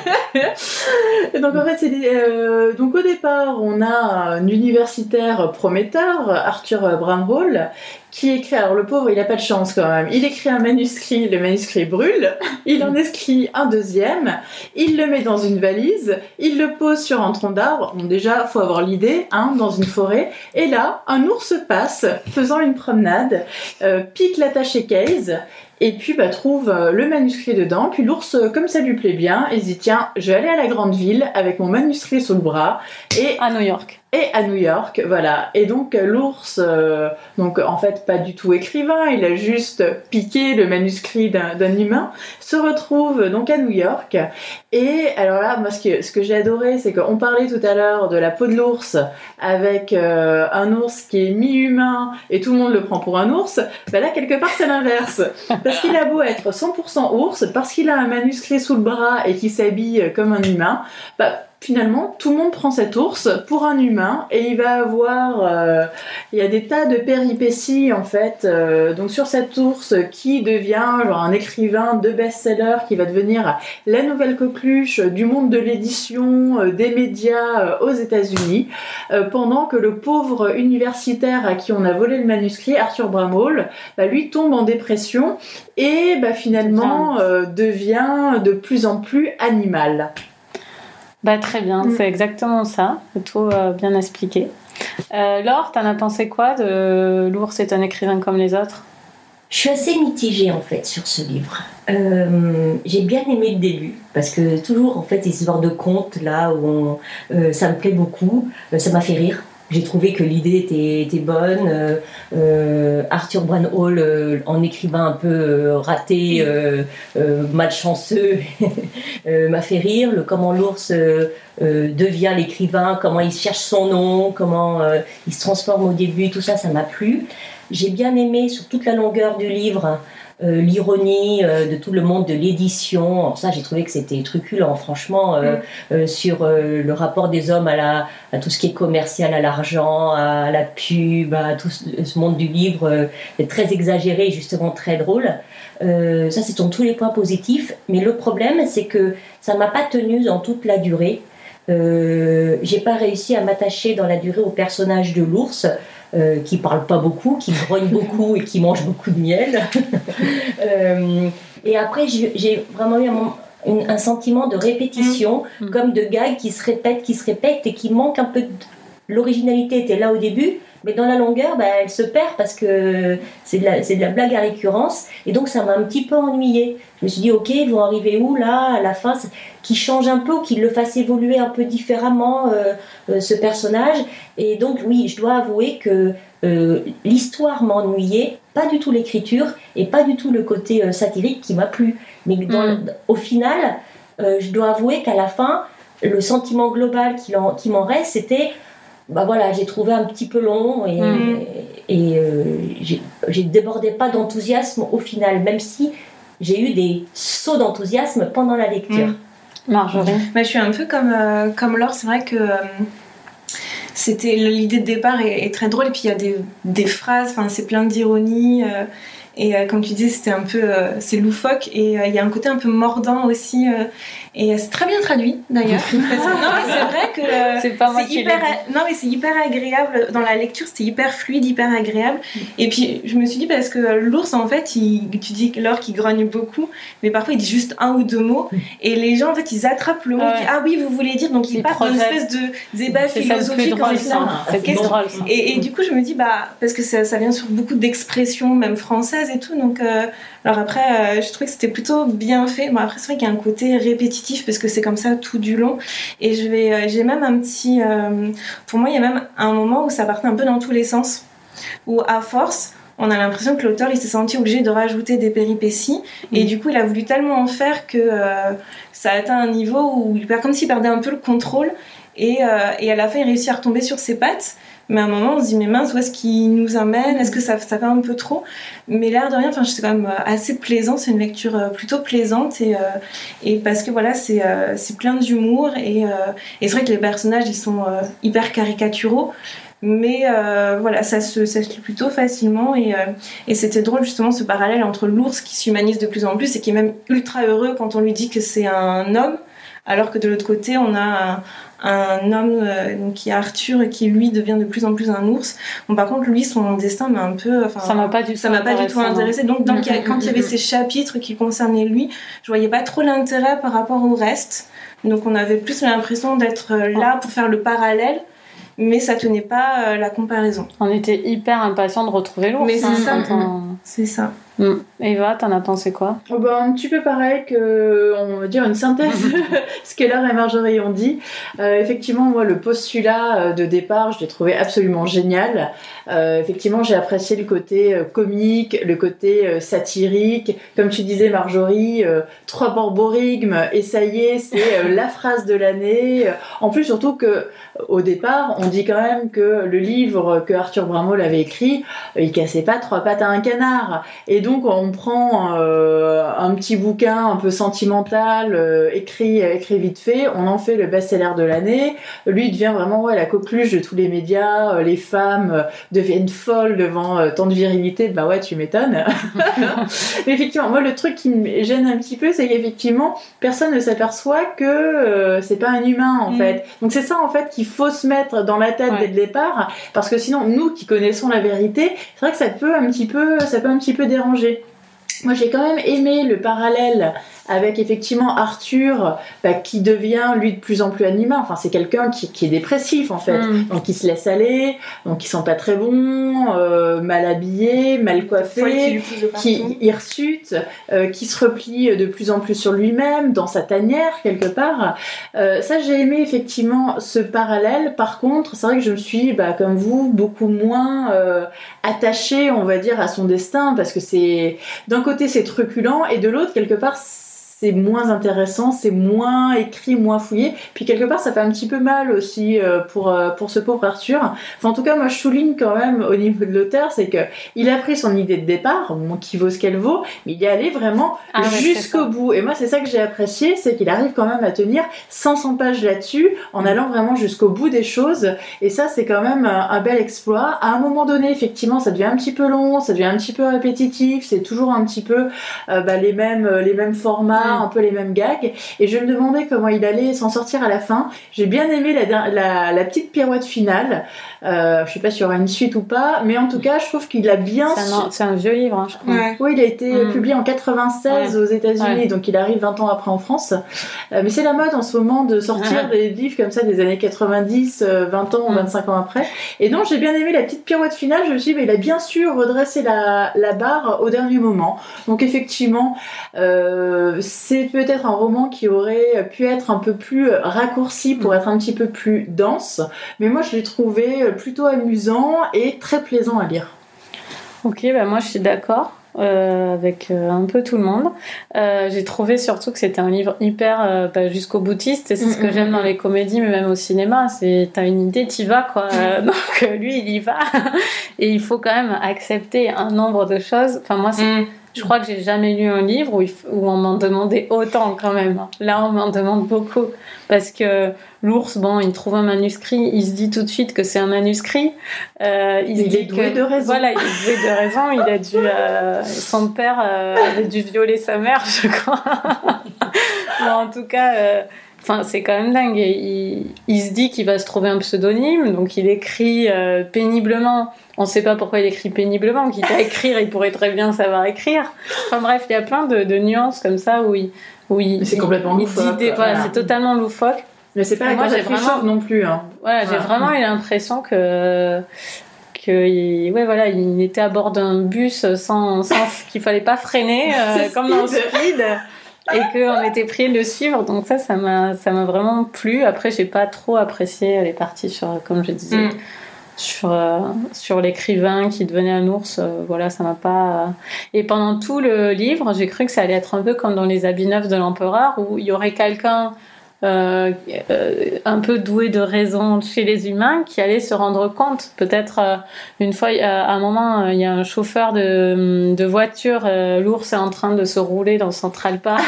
Et donc en fait c'est des, euh, donc au départ on a un universitaire prometteur, Arthur Bramhall, qui écrit, alors le pauvre il a pas de chance quand même, il écrit un manuscrit, le manuscrit brûle, il en écrit un deuxième, il le met dans une valise, il le pose sur un tronc d'arbre, bon déjà faut avoir l'idée, hein, dans une forêt, et là un ours passe faisant une promenade, euh, pique l'attaché case, et puis bah, trouve euh, le manuscrit dedans. Puis l'ours, euh, comme ça lui plaît bien, il se dit tiens, je vais aller à la grande ville avec mon manuscrit sous le bras et, À New York. et à New York, voilà. Et donc euh, l'ours, euh, donc en fait pas du tout écrivain, il a juste piqué le manuscrit d'un, d'un humain, se retrouve donc à New York. Et alors là, moi ce que, ce que j'ai adoré, c'est qu'on parlait tout à l'heure de la peau de l'ours avec euh, un ours qui est mi-humain et tout le monde le prend pour un ours. Bah là quelque part c'est l'inverse. Parce qu'il a beau être cent pour cent ours, parce qu'il a un manuscrit sous le bras et qu'il s'habille comme un humain, bah, finalement, tout le monde prend cet ours pour un humain et il va avoir... Euh, il y a des tas de péripéties, en fait. Euh, donc, sur cet ours qui devient genre un écrivain de best-seller, qui va devenir la nouvelle coqueluche du monde de l'édition, euh, des médias euh, aux États-Unis, euh, pendant que le pauvre universitaire à qui on a volé le manuscrit, Arthur Bramhall, bah, lui tombe en dépression et bah, finalement euh, devient de plus en plus animal. Bah, très bien, Mm. c'est exactement ça. C'est tout euh, bien expliqué. Euh, Laure, t'en as pensé quoi de L'ours est un écrivain comme les autres ? Je suis assez mitigée en fait sur ce livre. Euh, j'ai bien aimé le début parce que toujours en fait ces histoires de contes là où on, euh, ça me plaît beaucoup, euh, ça m'a fait rire. J'ai trouvé que l'idée était, était bonne. Euh, euh, Arthur Bramhall, euh, en écrivain un peu euh, raté, euh, euh, malchanceux, euh, m'a fait rire. Le comment l'ours euh, euh, devient l'écrivain, comment il cherche son nom, comment euh, il se transforme au début, tout ça, ça m'a plu. J'ai bien aimé sur toute la longueur du livre euh, l'ironie euh, de tout le monde de l'édition. Alors ça, j'ai trouvé que c'était truculent, franchement, euh, mm. euh, sur euh, le rapport des hommes à, la, à tout ce qui est commercial, à l'argent, à la pub, à tout ce, ce monde du livre, euh, est très exagéré et justement très drôle. Euh, ça, c'est dans tous les points positifs. Mais le problème, c'est que ça ne m'a pas tenu dans toute la durée. Euh, j'ai pas réussi à m'attacher dans la durée au personnage de l'ours. Euh, qui parle pas beaucoup, qui grogne beaucoup et qui mange beaucoup de miel. euh, et après, j'ai, j'ai vraiment eu un, un, un sentiment de répétition, mmh. comme de gags qui se répètent, qui se répètent et qui manquent un peu de... L'originalité était là au début, mais dans la longueur, bah, elle se perd parce que c'est de, la, c'est de la blague à récurrence. Et donc, ça m'a un petit peu ennuyée. Je me suis dit, ok, ils vont arriver où, là, à la fin, qu'ils changent un peu, ou qu'ils le fassent évoluer un peu différemment, euh, euh, ce personnage. Et donc, oui, je dois avouer que euh, l'histoire m'ennuyait, pas du tout l'écriture, et pas du tout le côté euh, satirique qui m'a plu. Mais dans, mmh. le, au final, euh, je dois avouer qu'à la fin, le sentiment global qui, en, qui m'en reste, c'était... Bah voilà, j'ai trouvé un petit peu long et, mmh. et, et euh, j'ai, j'ai débordé pas d'enthousiasme au final, même si j'ai eu des sauts d'enthousiasme pendant la lecture. Mmh. Marjorie, bah, je suis un peu comme, euh, comme Laure, c'est vrai que euh, c'était, l'idée de départ est, est très drôle et puis il y a des, des phrases, c'est plein d'ironie euh, et euh, comme tu disais, c'était un peu, euh, c'est loufoque et il euh, y a un côté un peu mordant aussi euh, et euh, c'est très bien traduit d'ailleurs. Parce que, non mais c'est vrai que euh, c'est pas moi c'est hyper, a... non mais c'est hyper agréable dans la lecture, c'était hyper fluide, hyper agréable. Et puis je me suis dit parce que l'ours en fait, il, tu dis Laure qu'il grogne beaucoup, mais parfois il dit juste un ou deux mots et les gens en fait ils attrapent le mot, ouais. Ils disent, ah oui vous voulez dire, donc ils partent dans une espèce de débat c'est philosophique drôle, en ça. C'est Qu'est-ce... drôle, ça. Et, et du coup je me dis bah parce que ça, ça vient sur beaucoup d'expressions même françaises et tout, donc euh, alors après euh, je trouvais que c'était plutôt bien fait. Bon après c'est vrai qu'il y a un côté répétitif parce que c'est comme ça tout du long et je vais euh, j'ai même un petit euh, pour moi il y a même un moment où ça partait un peu dans tous les sens, où à force on a l'impression que l'auteur il s'est senti obligé de rajouter des péripéties mmh. et du coup il a voulu tellement en faire que euh, ça a atteint un niveau où il perd, comme s'il perdait un peu le contrôle et, euh, et à la fin il réussit à retomber sur ses pattes. Mais à un moment, on se dit, mais mince, où est-ce qu'il nous emmène ? Est-ce que ça, ça fait un peu trop ? Mais l'air de rien, enfin, c'est quand même assez plaisant. C'est une lecture plutôt plaisante. Et, euh, et parce que voilà, c'est, euh, c'est plein d'humour. Et, euh, et c'est vrai que les personnages, ils sont euh, hyper caricaturaux. Mais euh, voilà, ça se, ça se lit plutôt facilement. Et, euh, et c'était drôle, justement, ce parallèle entre l'ours qui s'humanise de plus en plus et qui est même ultra heureux quand on lui dit que c'est un homme. Alors que de l'autre côté, on a un, un homme euh, donc, qui est Arthur et qui lui devient de plus en plus un ours. Bon, par contre, lui, son destin m'a un peu... Ça m'a pas du tout ça m'a pas du tout intéressé. Donc, donc mmh, quand il y avait ces chapitres qui concernaient lui, je voyais pas trop l'intérêt par rapport au reste. Donc, on avait plus l'impression d'être là pour faire le parallèle, mais ça tenait pas euh, la comparaison. On était hyper impatients de retrouver l'ours. Mais c'est hein, ça. on... C'est ça. Mmh. Eva, t'en as pensé quoi ? Oh ben, un petit peu pareil que, on va dire, une synthèse ce que Laure et Marjorie ont dit. Euh, effectivement, moi, le postulat de départ, je l'ai trouvé absolument génial. Euh, effectivement, j'ai apprécié le côté euh, comique, le côté euh, satirique. Comme tu disais, Marjorie, euh, trois borborigmes, et ça y est, c'est euh, la phrase de l'année. En plus, surtout que au départ, on dit quand même que le livre que Arthur Bramall avait écrit, il cassait pas trois pattes à un canard. Et donc, on prend euh, un petit bouquin un peu sentimental, euh, écrit, écrit vite fait, on en fait le best-seller de l'année. Lui, il devient vraiment ouais, la coqueluche de tous les médias. Euh, les femmes euh, deviennent folles devant euh, tant de virilité. Bah ouais, tu m'étonnes. Mais effectivement, moi, le truc qui me gêne un petit peu, c'est qu'effectivement, personne ne s'aperçoit que euh, c'est pas un humain, en mmh. fait. Donc, c'est ça, en fait, qu'il faut se mettre dans la tête ouais. dès le départ, parce que sinon, nous qui connaissons la vérité, c'est vrai que ça peut un petit peu, ça peut un petit peu déranger. Moi, j'ai quand même aimé le parallèle avec effectivement Arthur bah, qui devient lui de plus en plus animal. Enfin, c'est quelqu'un qui, qui est dépressif en fait, mmh. donc il se laisse aller, donc il sent pas très bon, euh, mal habillé, mal coiffé, qui hirsute, euh, qui se replie de plus en plus sur lui-même, dans sa tanière quelque part. Euh, ça, j'ai aimé effectivement ce parallèle. Par contre, c'est vrai que je me suis, bah, comme vous, beaucoup moins euh, attachée, on va dire, à son destin, parce que c'est d'un côté c'est truculent et de l'autre quelque part c'est moins intéressant, c'est moins écrit, moins fouillé. Puis quelque part, ça fait un petit peu mal aussi euh, pour, euh, pour ce pauvre Arthur. Enfin, en tout cas, moi, je souligne quand même au niveau de l'auteur, c'est qu'il a pris son idée de départ, bon, qui vaut ce qu'elle vaut, mais il est allé vraiment ah, ouais, jusqu'au bout. Et moi, c'est ça que j'ai apprécié, c'est qu'il arrive quand même à tenir cinq cents pages là-dessus, en allant vraiment jusqu'au bout des choses. Et ça, c'est quand même un, un bel exploit. À un moment donné, effectivement, ça devient un petit peu long, ça devient un petit peu répétitif, c'est toujours un petit peu euh, bah, les mêmes les mêmes formats, mmh. un peu les mêmes gags. Et je me demandais comment il allait s'en sortir à la fin. J'ai bien aimé la, la, la petite pirouette finale. Euh, je sais pas s'il y aura une suite ou pas, mais en tout cas, je trouve qu'il a bien. C'est un, c'est un vieux livre, hein, je crois. Ouais. Oui, il a été mmh. publié en quatre-vingt-seize ouais. aux États-Unis, ouais. donc il arrive vingt ans après en France. Euh, mais c'est la mode en ce moment de sortir ouais. des livres comme ça des années quatre-vingt-dix, vingt ans ou mmh. vingt-cinq ans après. Et donc, j'ai bien aimé la petite pirouette finale. Je me suis dit, mais il a bien sûr redressé la, la barre au dernier moment. Donc, effectivement, euh, c'est peut-être un roman qui aurait pu être un peu plus raccourci pour être un petit peu plus dense. Mais moi, je l'ai trouvé plutôt amusant et très plaisant à lire. Ok, bah moi, je suis d'accord. Euh, avec euh, un peu tout le monde. Euh, j'ai trouvé surtout que c'était un livre hyper euh, bah, jusqu'au boutiste et c'est mmh, ce que mmh, j'aime mmh. dans les comédies mais même au cinéma, c'est t'as une idée, t'y vas quoi. Euh, donc lui il y va et il faut quand même accepter un nombre de choses. Enfin moi c'est mmh. je crois que j'ai jamais lu un livre où, il f... où on m'en demandait autant quand même. Là, on m'en demande beaucoup. Parce que l'ours, bon, il trouve un manuscrit, il se dit tout de suite que c'est un manuscrit. Euh, il, il se est dit doué que, de raison. Voilà, il est doué de raison. Il a dû... Euh, son père euh, avait dû violer sa mère, je crois. Bon, en tout cas... Euh, Enfin, c'est quand même dingue. Il, il se dit qu'il va se trouver un pseudonyme, donc il écrit euh, péniblement. On ne sait pas pourquoi il écrit péniblement, quitte à écrire, il pourrait très bien savoir écrire. Enfin bref, il y a plein de, de nuances comme ça où il... Où il c'est complètement il, loufoque. Il dit des, voilà, voilà. C'est totalement loufoque. Mais c'est pas moi, j'ai vraiment non plus. Hein. Voilà, voilà, j'ai vraiment eu l'impression que... que il, ouais, voilà, il était à bord d'un bus sans, sans qu'il fallait pas freiner, euh, comme dans Speed. Et qu'on était pris de le suivre, donc ça, ça m'a, ça m'a vraiment plu. Après, j'ai pas trop apprécié les parties sur, comme je disais, mm. sur, euh, sur l'écrivain qui devenait un ours. Euh, voilà, ça m'a pas. Et pendant tout le livre, j'ai cru que ça allait être un peu comme dans Les habits neufs de l'empereur, où il y aurait quelqu'un euh, euh, un peu doué de raison chez les humains qui allait se rendre compte. Peut-être euh, une fois, à un moment, il y a un chauffeur de, de voiture, euh, l'ours est en train de se rouler dans Central Park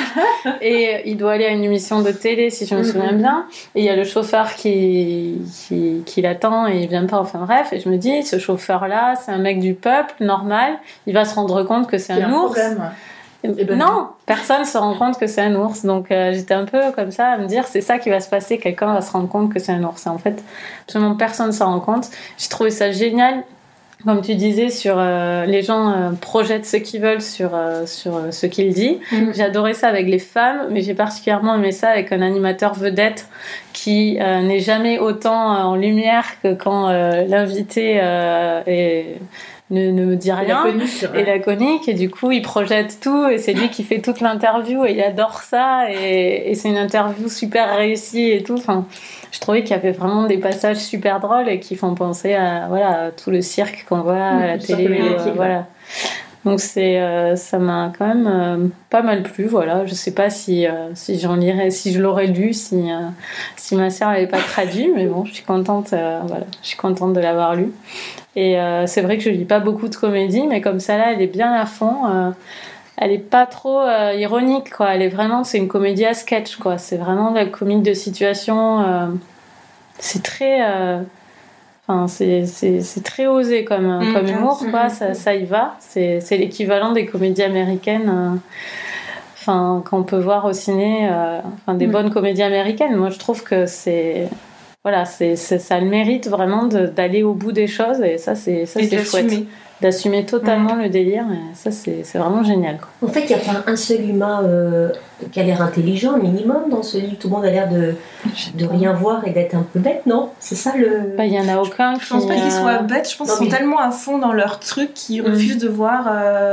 et il doit aller à une émission de télé, si je me souviens bien. Et il y a le chauffeur qui, qui, qui l'attend et il vient pas. Enfin bref, et je me dis, ce chauffeur-là, c'est un mec du peuple, normal. Il va se rendre compte que c'est un, un ours. Problème. Et ben non, personne se rend compte que c'est un ours. Donc euh, j'étais un peu comme ça à me dire c'est ça qui va se passer, quelqu'un va se rendre compte que c'est un ours. Et en fait, absolument personne ne s'en rend compte. J'ai trouvé ça génial, comme tu disais, sur euh, les gens euh, projettent ce qu'ils veulent sur, euh, sur euh, ce qu'il dit. Mm-hmm. J'ai adoré ça avec les femmes, mais j'ai particulièrement aimé ça avec un animateur vedette qui euh, n'est jamais autant en lumière que quand euh, l'invité euh, est... Ne, ne me dit rien, et laconique, et du coup il projette tout et c'est lui qui fait toute l'interview et il adore ça et, et c'est une interview super réussie et tout. Enfin, je trouvais qu'il y avait vraiment des passages super drôles et qui font penser à, voilà, à tout le cirque qu'on voit à la télé, euh, voilà. Donc c'est, euh, ça m'a quand même euh, pas mal plu, voilà. Je sais pas si, euh, si j'en lirais, si je l'aurais lu, si, euh, si ma sœur l'avait pas traduit, mais bon, je suis contente, euh, voilà, je suis contente de l'avoir lu. Et euh, c'est vrai que je lis pas beaucoup de comédies, mais comme ça là, elle est bien à fond. Euh, elle est pas trop euh, ironique, quoi. Elle est vraiment, c'est une comédie à sketch, quoi. C'est vraiment de la comique de situation. Euh, c'est très, euh, enfin, c'est, c'est, c'est très osé comme, mmh, comme humour, quoi. Mmh. Ça, ça y va. C'est, c'est l'équivalent des comédies américaines. Euh, enfin, qu'on peut voir au ciné. Euh, enfin, des mmh. bonnes comédies américaines. Moi, je trouve que c'est Voilà, c'est, c'est, ça a le mérite vraiment de, d'aller au bout des choses et ça, c'est, ça, c'est chouette. D'assumer totalement mmh. le délire, et ça, c'est, c'est vraiment génial, quoi. En fait, il n'y a pas un seul humain euh, qui a l'air intelligent, un minimum, dans ce livre. Tout le monde a l'air de, de rien voir et d'être un peu bête, non ? C'est ça le... Bah, il n'y en a aucun je, qui... Je pense pas qu'ils soient bêtes, je pense non, qu'ils mais... sont tellement à fond dans leur truc qu'ils mmh. refusent de voir euh,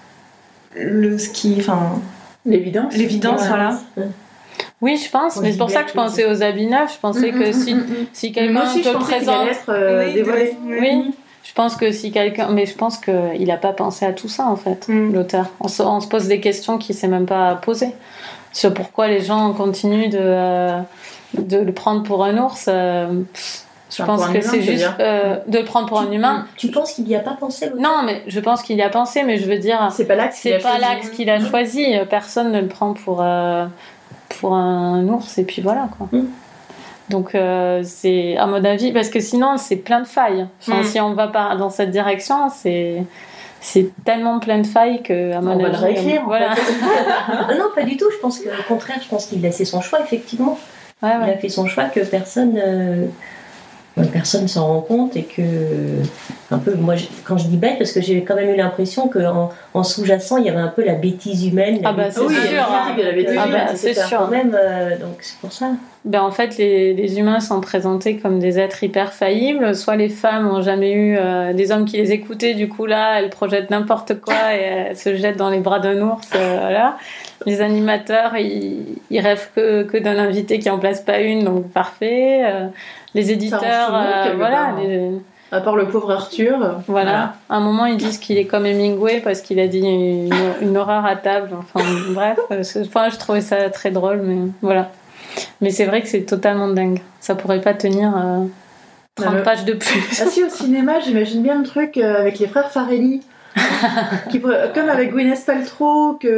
le, ce qui... Enfin, l'évidence. L'évidence, voilà. voilà. Oui, je pense, mais c'est pour ça que je pensais aux habits neufs. Je pensais mmh, que si, mmh, si quelqu'un aussi, te le présente... Être, euh, oui, dévoilé. Oui, oui, je pense que si quelqu'un... Mais je pense qu'il n'a pas pensé à tout ça, en fait, mmh. l'auteur. On se, on se pose des questions qu'il ne s'est même pas posées. sur pourquoi les gens continuent de, euh, de le prendre pour un ours. Euh, je pense que c'est juste euh, de le prendre pour tu, un humain. Tu penses qu'il n'y a pas pensé l'auteur ? Non, mais je pense qu'il y a pensé, mais je veux dire, c'est pas l'axe c'est qu'il a pas choisi. l'axe qu'il a choisi. Personne ne le prend pour euh, pour un ours et puis voilà quoi. Mm. Donc euh, c'est à mon avis parce que sinon c'est plein de failles. Enfin, mm. si on va pas dans cette direction, c'est c'est tellement plein de failles que à mon on avis, va le réécrire. Voilà. Non, pas du tout. Je pense qu'au contraire, je pense qu'il a fait son choix effectivement. Ouais, ouais. Il a fait son choix que personne. Euh... personne s'en rend compte et que un peu moi quand je dis bête parce que j'ai quand même eu l'impression qu'en en sous-jacent il y avait un peu la bêtise humaine. Ah bah c'est oui, sûr, hein. de la bêtise ah humaine, bah, c'est sûr quand même euh, donc c'est pour ça. Ben en fait les, les humains sont présentés comme des êtres hyper faillibles, soit les femmes ont jamais eu euh, des hommes qui les écoutaient, du coup là elles projettent n'importe quoi et elles se jettent dans les bras d'un ours, euh, voilà. Les animateurs ils, ils rêvent que, que d'un invité qui en place pas une, donc parfait. Euh, les éditeurs euh, voilà les... à part le pauvre Arthur voilà. voilà À un moment ils disent qu'il est comme Hemingway parce qu'il a dit une, une horreur à table, enfin bref, enfin, je trouvais ça très drôle, mais voilà. Mais c'est vrai que c'est totalement dingue, ça pourrait pas tenir euh, trente le... pages de plus. Ah si, au cinéma j'imagine bien le truc euh, avec les frères Farelli qui, comme avec Gwyneth Paltrow, que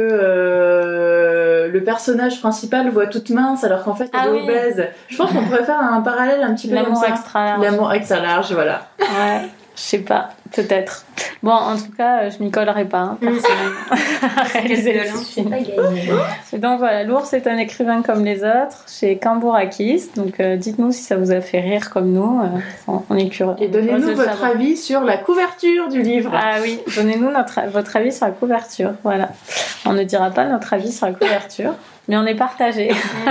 euh, le personnage principal voit toute mince alors qu'en fait elle ah est oui. obèse. Je pense qu'on pourrait faire un parallèle un petit peu l'amour comme ça. Extra large. L'amour extra large, voilà. Ouais, je sais pas, peut-être. Bon, en tout cas, je m'y collerai pas, hein, personnellement. Réaliser le film. Donc voilà, l'ours est un écrivain comme les autres, chez Cambourakis. Donc euh, dites-nous si ça vous a fait rire comme nous. Euh, on est curieux. Et donnez-nous votre savoir. avis sur la couverture du livre. Ah oui, donnez-nous notre, votre avis sur la couverture. Voilà. On ne dira pas notre avis sur la couverture, mais on est partagé.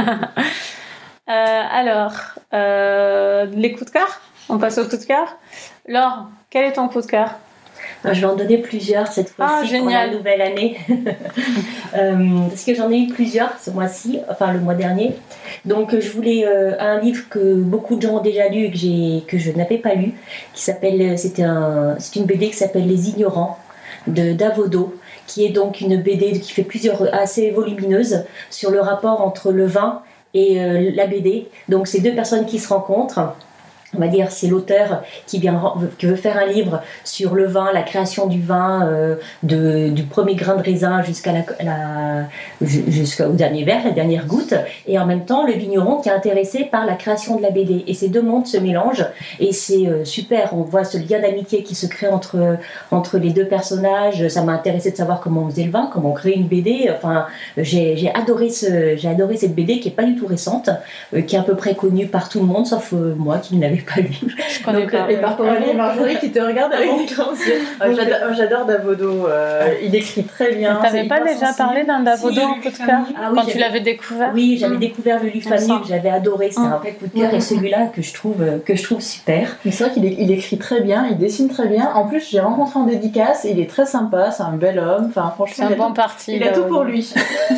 euh, alors, euh, les coups de cœur. On passe au coup de cœur. Laure, quel est ton coup de cœur ? Je vais en donner plusieurs cette fois-ci ah, pour la nouvelle année. euh, parce que j'en ai eu plusieurs ce mois-ci, enfin le mois dernier. Donc je voulais euh, un livre que beaucoup de gens ont déjà lu et que, j'ai, que je n'avais pas lu, qui s'appelle, c'était un, c'est une B D qui s'appelle Les Ignorants de Davodo, qui est donc une B D qui fait plusieurs, assez volumineuse sur le rapport entre le vin et euh, la B D. Donc c'est deux personnes qui se rencontrent. On va dire, c'est l'auteur qui, vient, qui veut faire un livre sur le vin, la création du vin, euh, de, du premier grain de raisin jusqu'à la, la, jusqu'au dernier verre, la dernière goutte, et en même temps le vigneron qui est intéressé par la création de la B D. Et ces deux mondes se mélangent, et c'est euh, super. On voit ce lien d'amitié qui se crée entre, entre les deux personnages. Ça m'a intéressé de savoir comment on faisait le vin, comment on crée une B D. Enfin, j'ai, j'ai, adoré, ce, j'ai adoré cette B D qui n'est pas du tout récente, euh, qui est à peu près connue par tout le monde, sauf euh, moi qui ne l'avais pas lu. Je connais Donc, pas. Et par Coralie et Marjorie qui te regardent avec des grands yeux. J'adore, j'adore Davodo. Euh, il écrit très bien. T'avais pas déjà sensible. Parlé d'un Davodo si, en coup de cœur ah, oui, quand tu l'avais découvert? Oui, j'avais mmh. découvert le Lufanu que j'avais adoré. C'était mmh. un vrai coup de cœur mmh. et celui-là que je trouve que je trouve super. Mais c'est vrai qu'il est, il écrit très bien, il dessine très bien. En plus, j'ai rencontré en dédicace. Il est très sympa, c'est un bel homme. Enfin, franchement, c'est un bon parti. Il a tout pour lui.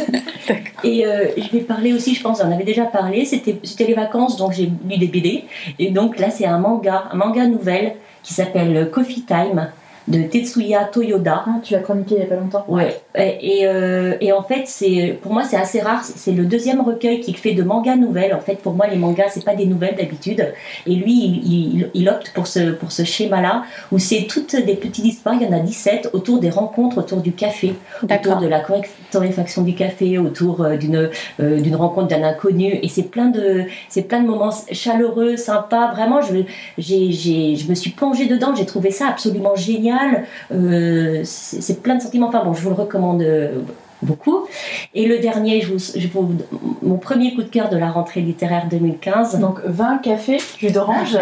Et euh, je vais parler aussi, je pense, on en avait déjà parlé. C'était, c'était les vacances, donc j'ai lu des B D. Et donc là, c'est un manga. Un manga nouvelle qui s'appelle Coffee Time de Tetsuya Toyoda. Ah, tu l'as chroniqué il n'y a pas longtemps. Ouais. Et, et, euh, et en fait, c'est, pour moi, c'est assez rare. C'est le deuxième recueil qu'il fait de manga nouvelles. En fait, pour moi, les mangas, c'est pas des nouvelles d'habitude. Et lui, il, il, il opte pour ce, pour ce schéma-là, où c'est toutes des petites histoires. Il y en a dix-sept autour des rencontres, autour du café, D'accord. autour de la torréfaction du café, autour d'une, euh, d'une rencontre d'un inconnu. Et c'est plein de, c'est plein de moments chaleureux, sympas. Vraiment, je, j'ai, j'ai, je me suis plongée dedans. J'ai trouvé ça absolument génial. Euh, c'est, c'est plein de sentiments. Enfin bon, je vous le recommande beaucoup. Et le dernier, je vous, je vous, mon premier coup de cœur de la rentrée littéraire deux mille quinze. Donc vin, café, jus d'orange.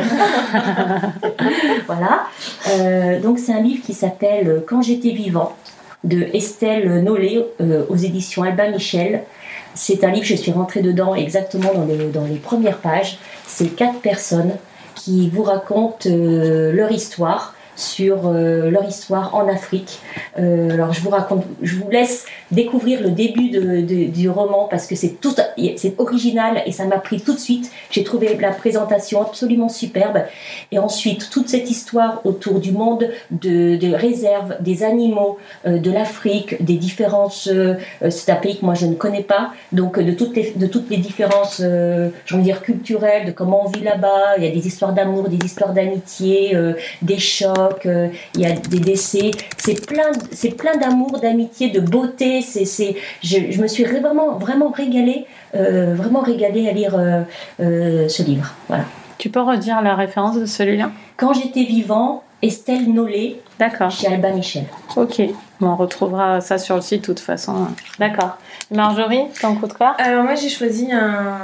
Voilà. Euh, donc c'est un livre qui s'appelle Quand j'étais vivant de Estelle Nollet euh, aux éditions Albin Michel. C'est un livre, je suis rentrée dedans exactement dans les, dans les premières pages. C'est quatre personnes qui vous racontent euh, leur histoire. sur euh, leur histoire en Afrique. Euh, alors je vous raconte, je vous laisse découvrir le début de, de, du roman parce que c'est tout, c'est original et ça m'a pris tout de suite. J'ai trouvé la présentation absolument superbe. Et ensuite, toute cette histoire autour du monde de, de réserve, des animaux, euh, de l'Afrique, des différences. Euh, c'est un pays que moi je ne connais pas, donc de toutes les, de toutes les différences, euh, j'ai envie de dire culturelles, de comment on vit là-bas. Il y a des histoires d'amour, des histoires d'amitié, euh, des chocs, euh, il y a des décès. C'est plein, c'est plein d'amour, d'amitié, de beauté. C'est, c'est, je, je me suis vraiment, vraiment régalée, euh, vraiment régalée à lire euh, euh, ce livre. Voilà. Tu peux redire la référence de celui-là ? Quand j'étais vivant, Estelle Nollet, D'accord. Chez Albin Michel. Ok, bon, on retrouvera ça sur le site de toute façon. D'accord. Marjorie, ton coup de cœur ? Alors moi j'ai choisi un,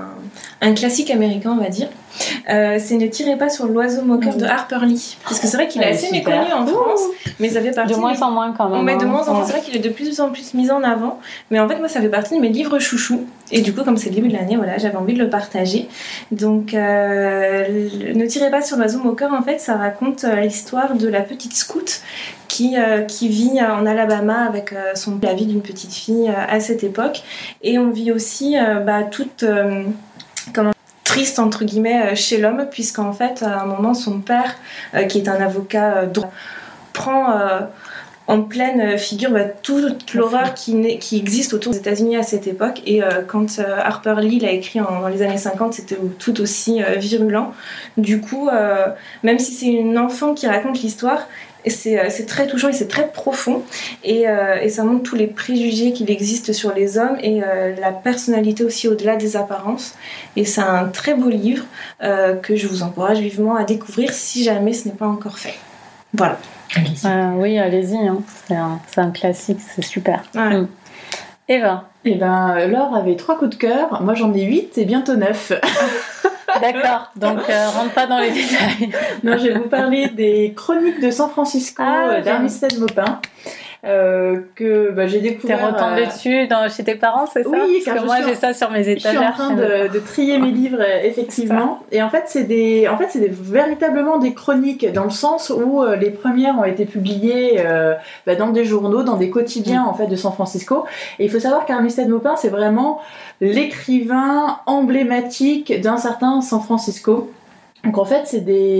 un classique américain, on va dire. Euh, c'est Ne tirez pas sur l'oiseau moqueur de Harper Lee. Parce que c'est vrai qu'il est Ouais, assez super. méconnu en France, mais ça fait partie... De moins des... en moins quand même. On met de moins en moins, Ouais. c'est vrai qu'il est de plus en plus mis en avant. Mais en fait, moi, ça fait partie de mes livres chouchous. Et du coup, comme c'est le début de l'année, voilà, j'avais envie de le partager. Donc, euh, le- Ne tirez pas sur l'oiseau moqueur, en fait, ça raconte euh, l'histoire de la petite scout qui, euh, qui vit euh, en Alabama avec euh, son, la vie d'une petite fille euh, à cette époque. Et on vit aussi euh, bah, toute... euh, comment triste entre guillemets euh, chez l'homme, puisqu'en fait à un moment son père euh, qui est un avocat euh, droit, prend euh, en pleine figure bah, toute l'horreur qui, naît- qui existe autour des États-Unis à cette époque. Et euh, quand euh, Harper Lee l'a écrit en, dans les années cinquante, c'était tout aussi euh, virulent. Du coup, euh, même si c'est une enfant qui raconte l'histoire, c'est, euh, c'est très touchant et c'est très profond. Et, euh, et ça montre tous les préjugés qu'il existe sur les hommes et euh, la personnalité aussi au-delà des apparences. Et c'est un très beau livre euh, que je vous encourage vivement à découvrir si jamais ce n'est pas encore fait. Voilà. Allez-y. Euh, oui, allez-y. Hein. C'est, un, c'est un classique, c'est super. Ouais. Mm. Eva, Et ben, Laure avait trois coups de cœur. Moi, j'en ai huit et bientôt neuf. d'accord. Donc, euh, rentre pas dans les détails. Non, je vais vous parler des Chroniques de San Francisco Ah, euh, d'Armistead Maupin. Euh, que bah, j'ai T'es découvert. retombée euh, dessus dans, chez tes parents, c'est ça? Oui, car Parce que je moi, suis en- j'ai ça sur mes Je suis en étagères. train chez mes de, parents. de trier mes livres, euh, effectivement. Et en fait, c'est des, en fait, c'est des, véritablement des chroniques, dans le sens où euh, les premières ont été publiées euh, bah, dans des journaux, dans des quotidiens en fait de San Francisco. Et il faut savoir qu'Armistead Maupin, c'est vraiment l'écrivain emblématique d'un certain San Francisco. Donc en fait, c'est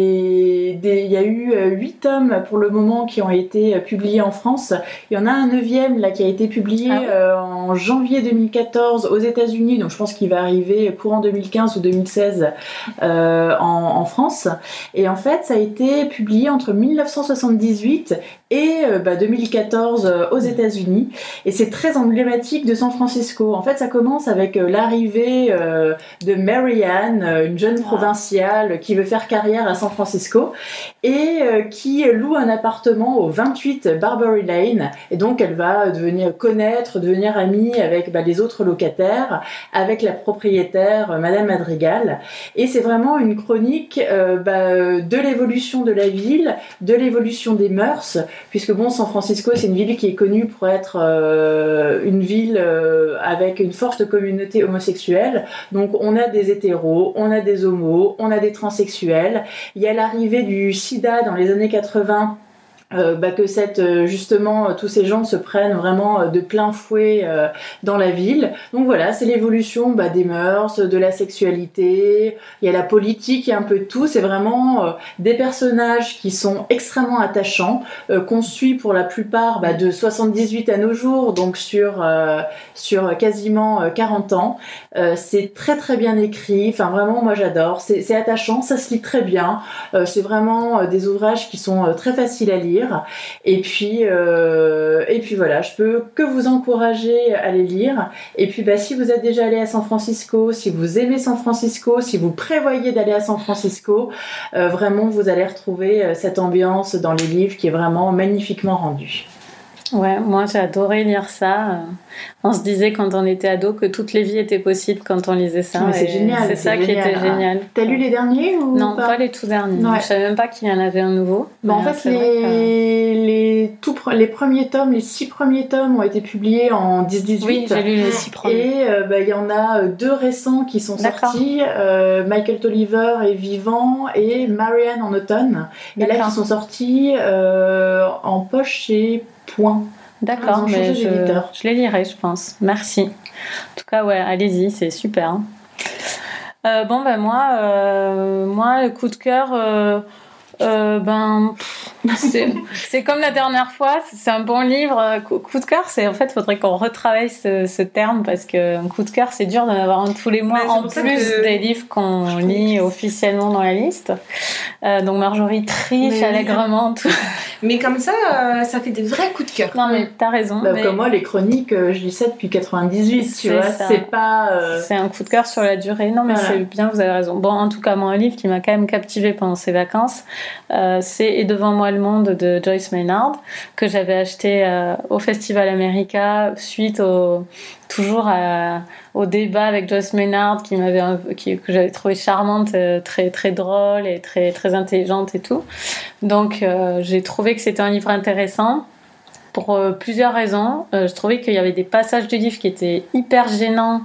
des, des, il y a eu euh, huit tomes pour le moment qui ont été euh, publiés en France. Il y en a un neuvième là qui a été publié Ah oui. euh, en janvier deux mille quatorze aux États-Unis. Donc je pense qu'il va arriver courant deux mille quinze ou deux mille seize euh, en, en France. Et en fait, ça a été publié entre mille neuf cent soixante-dix-huit et euh, bah, deux mille quatorze euh, aux États-Unis. Et c'est très emblématique de San Francisco. En fait, ça commence avec euh, l'arrivée euh, de Marianne, euh, une jeune Ah. provinciale qui veut faire carrière à San Francisco et euh, qui loue un appartement au vingt-huit Barbary Lane. Et donc, elle va devenir connaître, devenir amie avec bah, les autres locataires, avec la propriétaire, euh, Madame Madrigal. Et c'est vraiment une chronique euh, bah, de l'évolution de la ville, de l'évolution des mœurs, puisque bon, San Francisco, c'est une ville qui est connue pour être euh, une ville euh, avec une forte communauté homosexuelle. Donc, on a des hétéros, on a des homos, on a des transsexuels. Il y a l'arrivée du sida dans les années quatre-vingts. Euh, bah que cette euh, justement euh, tous ces gens se prennent vraiment euh, de plein fouet euh, dans la ville. Donc voilà, c'est l'évolution bah, des mœurs, de la sexualité, il y a la politique, il y a un peu de tout. C'est vraiment euh, des personnages qui sont extrêmement attachants, euh, qu'on suit pour la plupart bah, de soixante-dix-huit à nos jours, donc sur, euh, sur quasiment euh, quarante ans. Euh, c'est très très bien écrit, enfin vraiment moi j'adore, c'est, c'est attachant, ça se lit très bien, euh, c'est vraiment euh, des ouvrages qui sont euh, très faciles à lire. Et puis, euh, et puis voilà, je peux que vous encourager à les lire. Et puis bah, si vous êtes déjà allé à San Francisco, si vous aimez San Francisco, si vous prévoyez d'aller à San Francisco, euh, vraiment vous allez retrouver euh, cette ambiance dans les livres qui est vraiment magnifiquement rendue. Ouais, moi j'ai adoré lire ça. Euh, On se disait quand on était ado que toutes les vies étaient possibles quand on lisait ça. Mais c'est et génial, C'est c'est ça qui génial, était hein. génial. T'as lu les derniers ou Non, pas, pas les tout derniers. Ouais. Je savais même pas qu'il y en avait un nouveau. Bah, en Mais, euh, fait, c'est vrai que- les, les, tout, pre- les premiers tomes, les six premiers tomes ont été publiés en dix dix-huit. Oui, j'ai lu les six premiers. Et euh, bah, il y en a euh, deux récents qui sont D'accord. sortis. Euh, Michael Tolliver est vivant et Marianne en automne. Et là, D'accord. qui sont sortis euh, en poche chez Point. D'accord, Ils ont mais changé je, d'éditeur. je les lirai, je pense. Merci. En tout cas, ouais, allez-y, c'est super. hein. Euh, bon, ben moi, euh, moi, le coup de cœur, euh, euh, ben, pff, c'est, c'est comme la dernière fois, c'est, c'est un bon livre. euh, Coup, coup de cœur, c'est en fait, faudrait qu'on retravaille ce, ce terme parce que un coup de cœur, c'est dur d'en avoir un tous les mois, Ouais, c'est en pour ça plus que des livres qu'on je trouve lit que- officiellement dans la liste. Euh, donc Marjorie triche Mais- allègrement. Tout... Mais comme ça, euh, ça fait des vrais coups de cœur. Non, mais t'as raison. Bah, mais... Comme moi, les chroniques, euh, je lis ça depuis quatre-vingt-dix-huit, tu C'est vois. ça. C'est pas. euh, C'est un coup de cœur sur la durée. Non, mais Voilà. c'est bien, vous avez raison. Bon, en tout cas, moi, un livre qui m'a quand même captivée pendant ces vacances, euh, c'est Et devant moi le monde de Joyce Maynard, que j'avais acheté euh, au Festival America, suite au, toujours à, au débat avec Joyce Maynard, qui m'avait, un- qui, que j'avais trouvé charmante, euh, très, très drôle et très, très intelligente et tout. Donc, euh, j'ai trouvé que c'était un livre intéressant. Pour euh, plusieurs raisons. Euh, je trouvais qu'il y avait des passages du livre qui étaient hyper gênants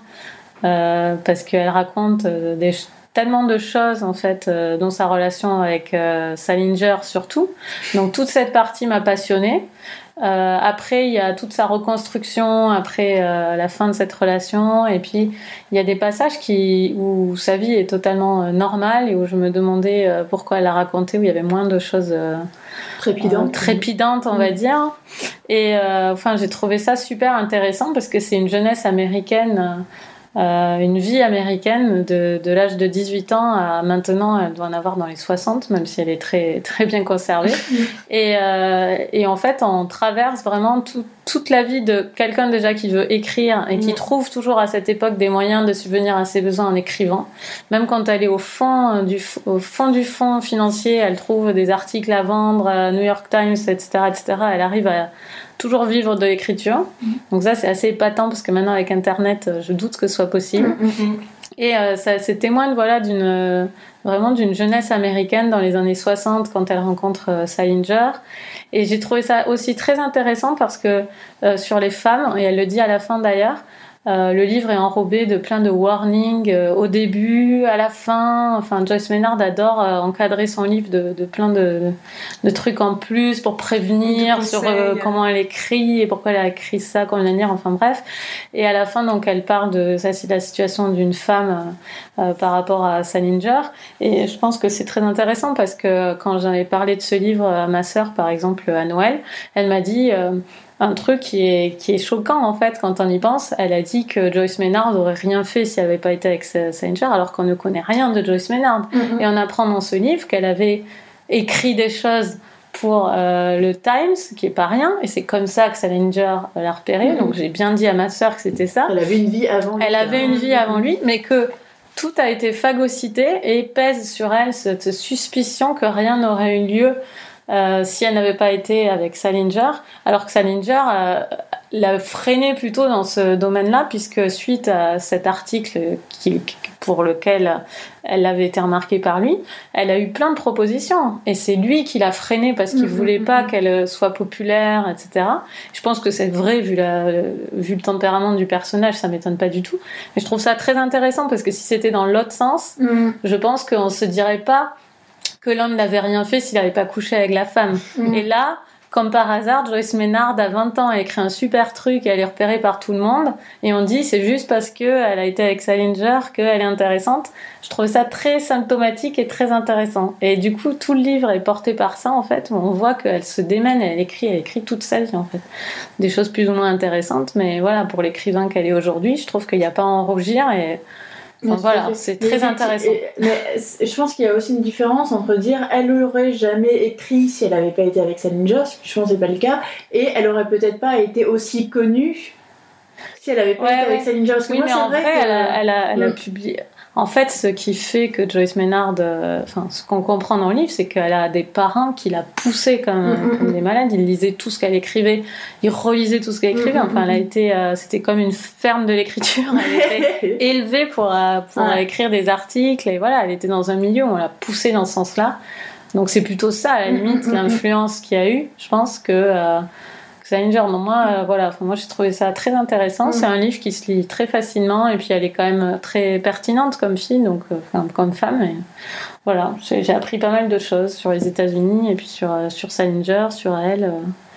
euh, parce qu'elle raconte euh, des, tellement de choses en fait, euh, dont sa relation avec euh, Salinger surtout. Donc toute cette partie m'a passionnée. Euh, après, il y a toute sa reconstruction après euh, la fin de cette relation, et puis il y a des passages qui, où sa vie est totalement euh, normale et où je me demandais euh, pourquoi elle la racontait, où il y avait moins de choses euh, Trépidante. euh, trépidantes, on va dire. Et euh, enfin, j'ai trouvé ça super intéressant parce que c'est une jeunesse américaine. Euh, une vie américaine de, de l'âge de dix-huit ans à maintenant, elle doit en avoir dans les soixante, même si elle est très, très bien conservée. et, euh, et en fait, on traverse vraiment tout, toute la vie de quelqu'un déjà qui veut écrire et qui Mm. trouve toujours à cette époque des moyens de subvenir à ses besoins en écrivant. Même quand elle est au fond du, au fond du fond financier, elle trouve des articles à vendre à New York Times, et cetera, et cetera. Elle arrive à toujours vivre de l'écriture. Donc ça, c'est assez épatant parce que maintenant, avec Internet, je doute que ce soit possible. Mhm. Et euh, ça, c'est témoigne voilà, d'une, euh, vraiment d'une jeunesse américaine dans les années soixante quand elle rencontre euh, Salinger. Et j'ai trouvé ça aussi très intéressant parce que euh, sur les femmes, et elle le dit à la fin d'ailleurs, euh, le livre est enrobé de plein de warnings euh, au début, à la fin. Enfin, Joyce Maynard adore euh, encadrer son livre de, de plein de, de trucs en plus pour prévenir De sur conseils. euh, comment elle écrit et pourquoi elle a écrit ça, comment la lire, enfin bref. Et à la fin, donc, elle parle de ça, c'est la situation d'une femme euh, euh, par rapport à Salinger. Et je pense que c'est très intéressant parce que quand j'avais parlé de ce livre à ma sœur, par exemple, à Noël, elle m'a dit euh, un truc qui est, qui est choquant en fait quand on y pense. Elle a dit que Joyce Maynard n'aurait rien fait si elle n'avait pas été avec Salinger, alors qu'on ne connaît rien de Joyce Maynard. Mhm. Et on apprend dans ce livre qu'elle avait écrit des choses pour euh, le Times, qui est pas rien, et c'est comme ça que Salinger l'a repéré. Mhm. Donc j'ai bien dit à ma sœur que c'était ça. Elle avait une vie avant lui. Elle avait une vie avant lui, mais que tout a été phagocyté et pèse sur elle cette suspicion que rien n'aurait eu lieu euh, si elle n'avait pas été avec Salinger, alors que Salinger euh, l'a freinée plutôt dans ce domaine-là, puisque suite à cet article qui, pour lequel elle avait été remarquée par lui, elle a eu plein de propositions, et c'est lui qui l'a freinée parce qu'il Mmh, voulait mmh, pas mmh. qu'elle soit populaire, et cetera. Je pense que c'est vrai, vu, la, vu le tempérament du personnage, ça m'étonne pas du tout. Mais je trouve ça très intéressant parce que si c'était dans l'autre sens, Mhm. je pense qu'on se dirait pas que l'homme n'avait rien fait s'il n'avait pas couché avec la femme. Mhm. Et là, comme par hasard, Joyce Maynard, à vingt ans, a écrit un super truc, elle est repérée par tout le monde, et on dit c'est juste parce qu'elle a été avec Salinger qu'elle est intéressante. Je trouve ça très symptomatique et très intéressant. Et du coup, tout le livre est porté par ça, en fait, où on voit qu'elle se démène, elle écrit, elle écrit toute sa vie, en fait. Des choses plus ou moins intéressantes, mais voilà, pour l'écrivain qu'elle est aujourd'hui, je trouve qu'il n'y a pas à en rougir, et enfin, Mais voilà, tout à fait. c'est Mais très effecti- intéressant. et- mais c- je pense qu'il y a aussi une différence entre dire elle aurait jamais écrit si elle n'avait pas été avec Salinger, ce que je pense que c'est pas le cas, et elle aurait peut-être pas été aussi connue si elle avait pas Ouais, été avec ouais. Salinger. Parce que Oui, moi, mais c'est en vrai, vrai que... elle a, elle a, elle a Mm. publié. En fait, ce qui fait que Joyce Maynard, euh, enfin, ce qu'on comprend dans le livre, c'est qu'elle a des parents qui la poussaient comme, Mm, mm, comme mm. des malades. Ils lisaient tout ce qu'elle écrivait, ils relisaient tout ce qu'elle écrivait. Mm, mm, Enfin, elle a mm. été, euh, c'était comme une ferme de l'écriture. Elle était élevée pour, euh, pour Ouais. écrire des articles, et voilà, elle était dans un milieu où on l'a poussée dans ce sens-là. Donc c'est plutôt ça, à la Mm, limite, mm, mm, l'influence qu'il y a eu. Je pense que euh, Salinger, non, moi, euh, voilà, enfin, moi j'ai trouvé ça très intéressant. Mm. C'est un livre qui se lit très facilement, et puis elle est quand même très pertinente comme fille, donc euh, enfin, comme femme. Et voilà, j'ai, j'ai appris pas mal de choses sur les États-Unis, et puis sur, euh, sur Salinger, sur elle. euh.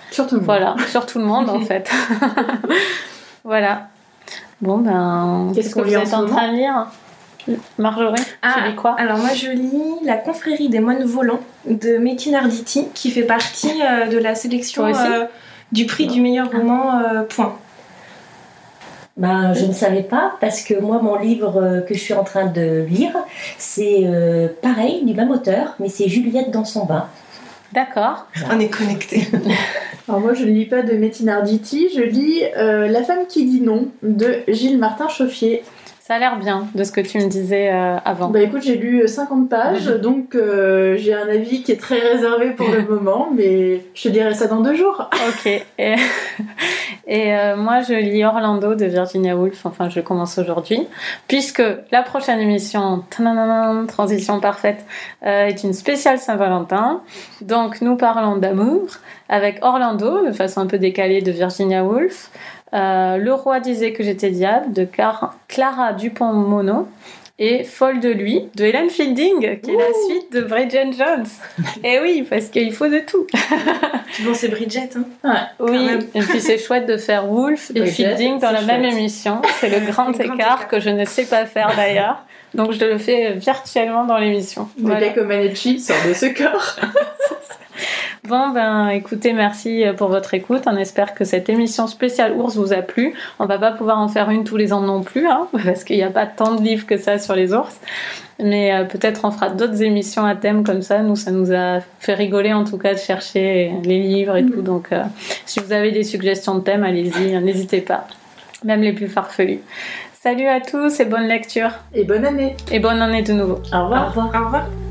Sur tout le monde. Voilà, sur tout le monde en fait. Voilà. Bon ben, Qu'est-ce qu'est-ce qu'on que vous lit en êtes ce en moment train de lire, Marjorie? Ah, Tu lis quoi? alors moi je lis La confrérie des moines volants de Metin Arditi qui fait partie euh, de la sélection Toi aussi euh, du prix du meilleur roman euh, point. Ben, je ne savais pas parce que moi, mon livre euh, que je suis en train de lire, c'est euh, pareil, du même auteur, mais c'est Juliette dans son bain. D'accord. On est connectés. Alors moi, je ne lis pas de Metin Arditi, je lis euh, La femme qui dit non de Gilles Martin Chauffier. Ça a l'air bien de ce que tu me disais euh, avant. Bah écoute, j'ai lu cinquante pages, donc euh, j'ai un avis qui est très réservé pour le moment, mais je te dirai ça dans deux jours. Ok. Et, et euh, moi, je lis Orlando de Virginia Woolf. Enfin, je commence aujourd'hui, puisque la prochaine émission, tadadam, transition parfaite, euh, est une spéciale Saint-Valentin. Donc, nous parlons d'amour avec Orlando, de façon un peu décalée, de Virginia Woolf. Euh, Le roi disait que j'étais diable de Car- Clara Dupont-Mono et Folle de lui de Helen Fielding, qui est la suite de Bridget Jones. Et oui, parce qu'il faut de tout. Bon, c'est Bridget. Hein. Ouais. Oui, même. et puis c'est chouette de faire Woolf et Bridget, Fielding dans c'est la même chouette. émission. C'est le grand, Le grand écart, écart. que je ne sais pas faire d'ailleurs. Donc je le fais virtuellement dans l'émission. Le Voilà. gars comme Manetti sort de ce corps. Bon, ben écoutez, merci pour votre écoute. On espère que cette émission spéciale ours vous a plu. On va pas pouvoir en faire une tous les ans non plus, hein, parce qu'il n'y a pas tant de livres que ça sur les ours. Mais euh, peut-être on fera d'autres émissions à thème comme ça. Nous, ça nous a fait rigoler en tout cas de chercher les livres et Mmh. tout. Donc euh, si vous avez des suggestions de thèmes, allez-y, n'hésitez pas. Même les plus farfelus. Salut à tous et bonne lecture. Et bonne année. Et bonne année de nouveau. Au revoir. Au revoir. Au revoir.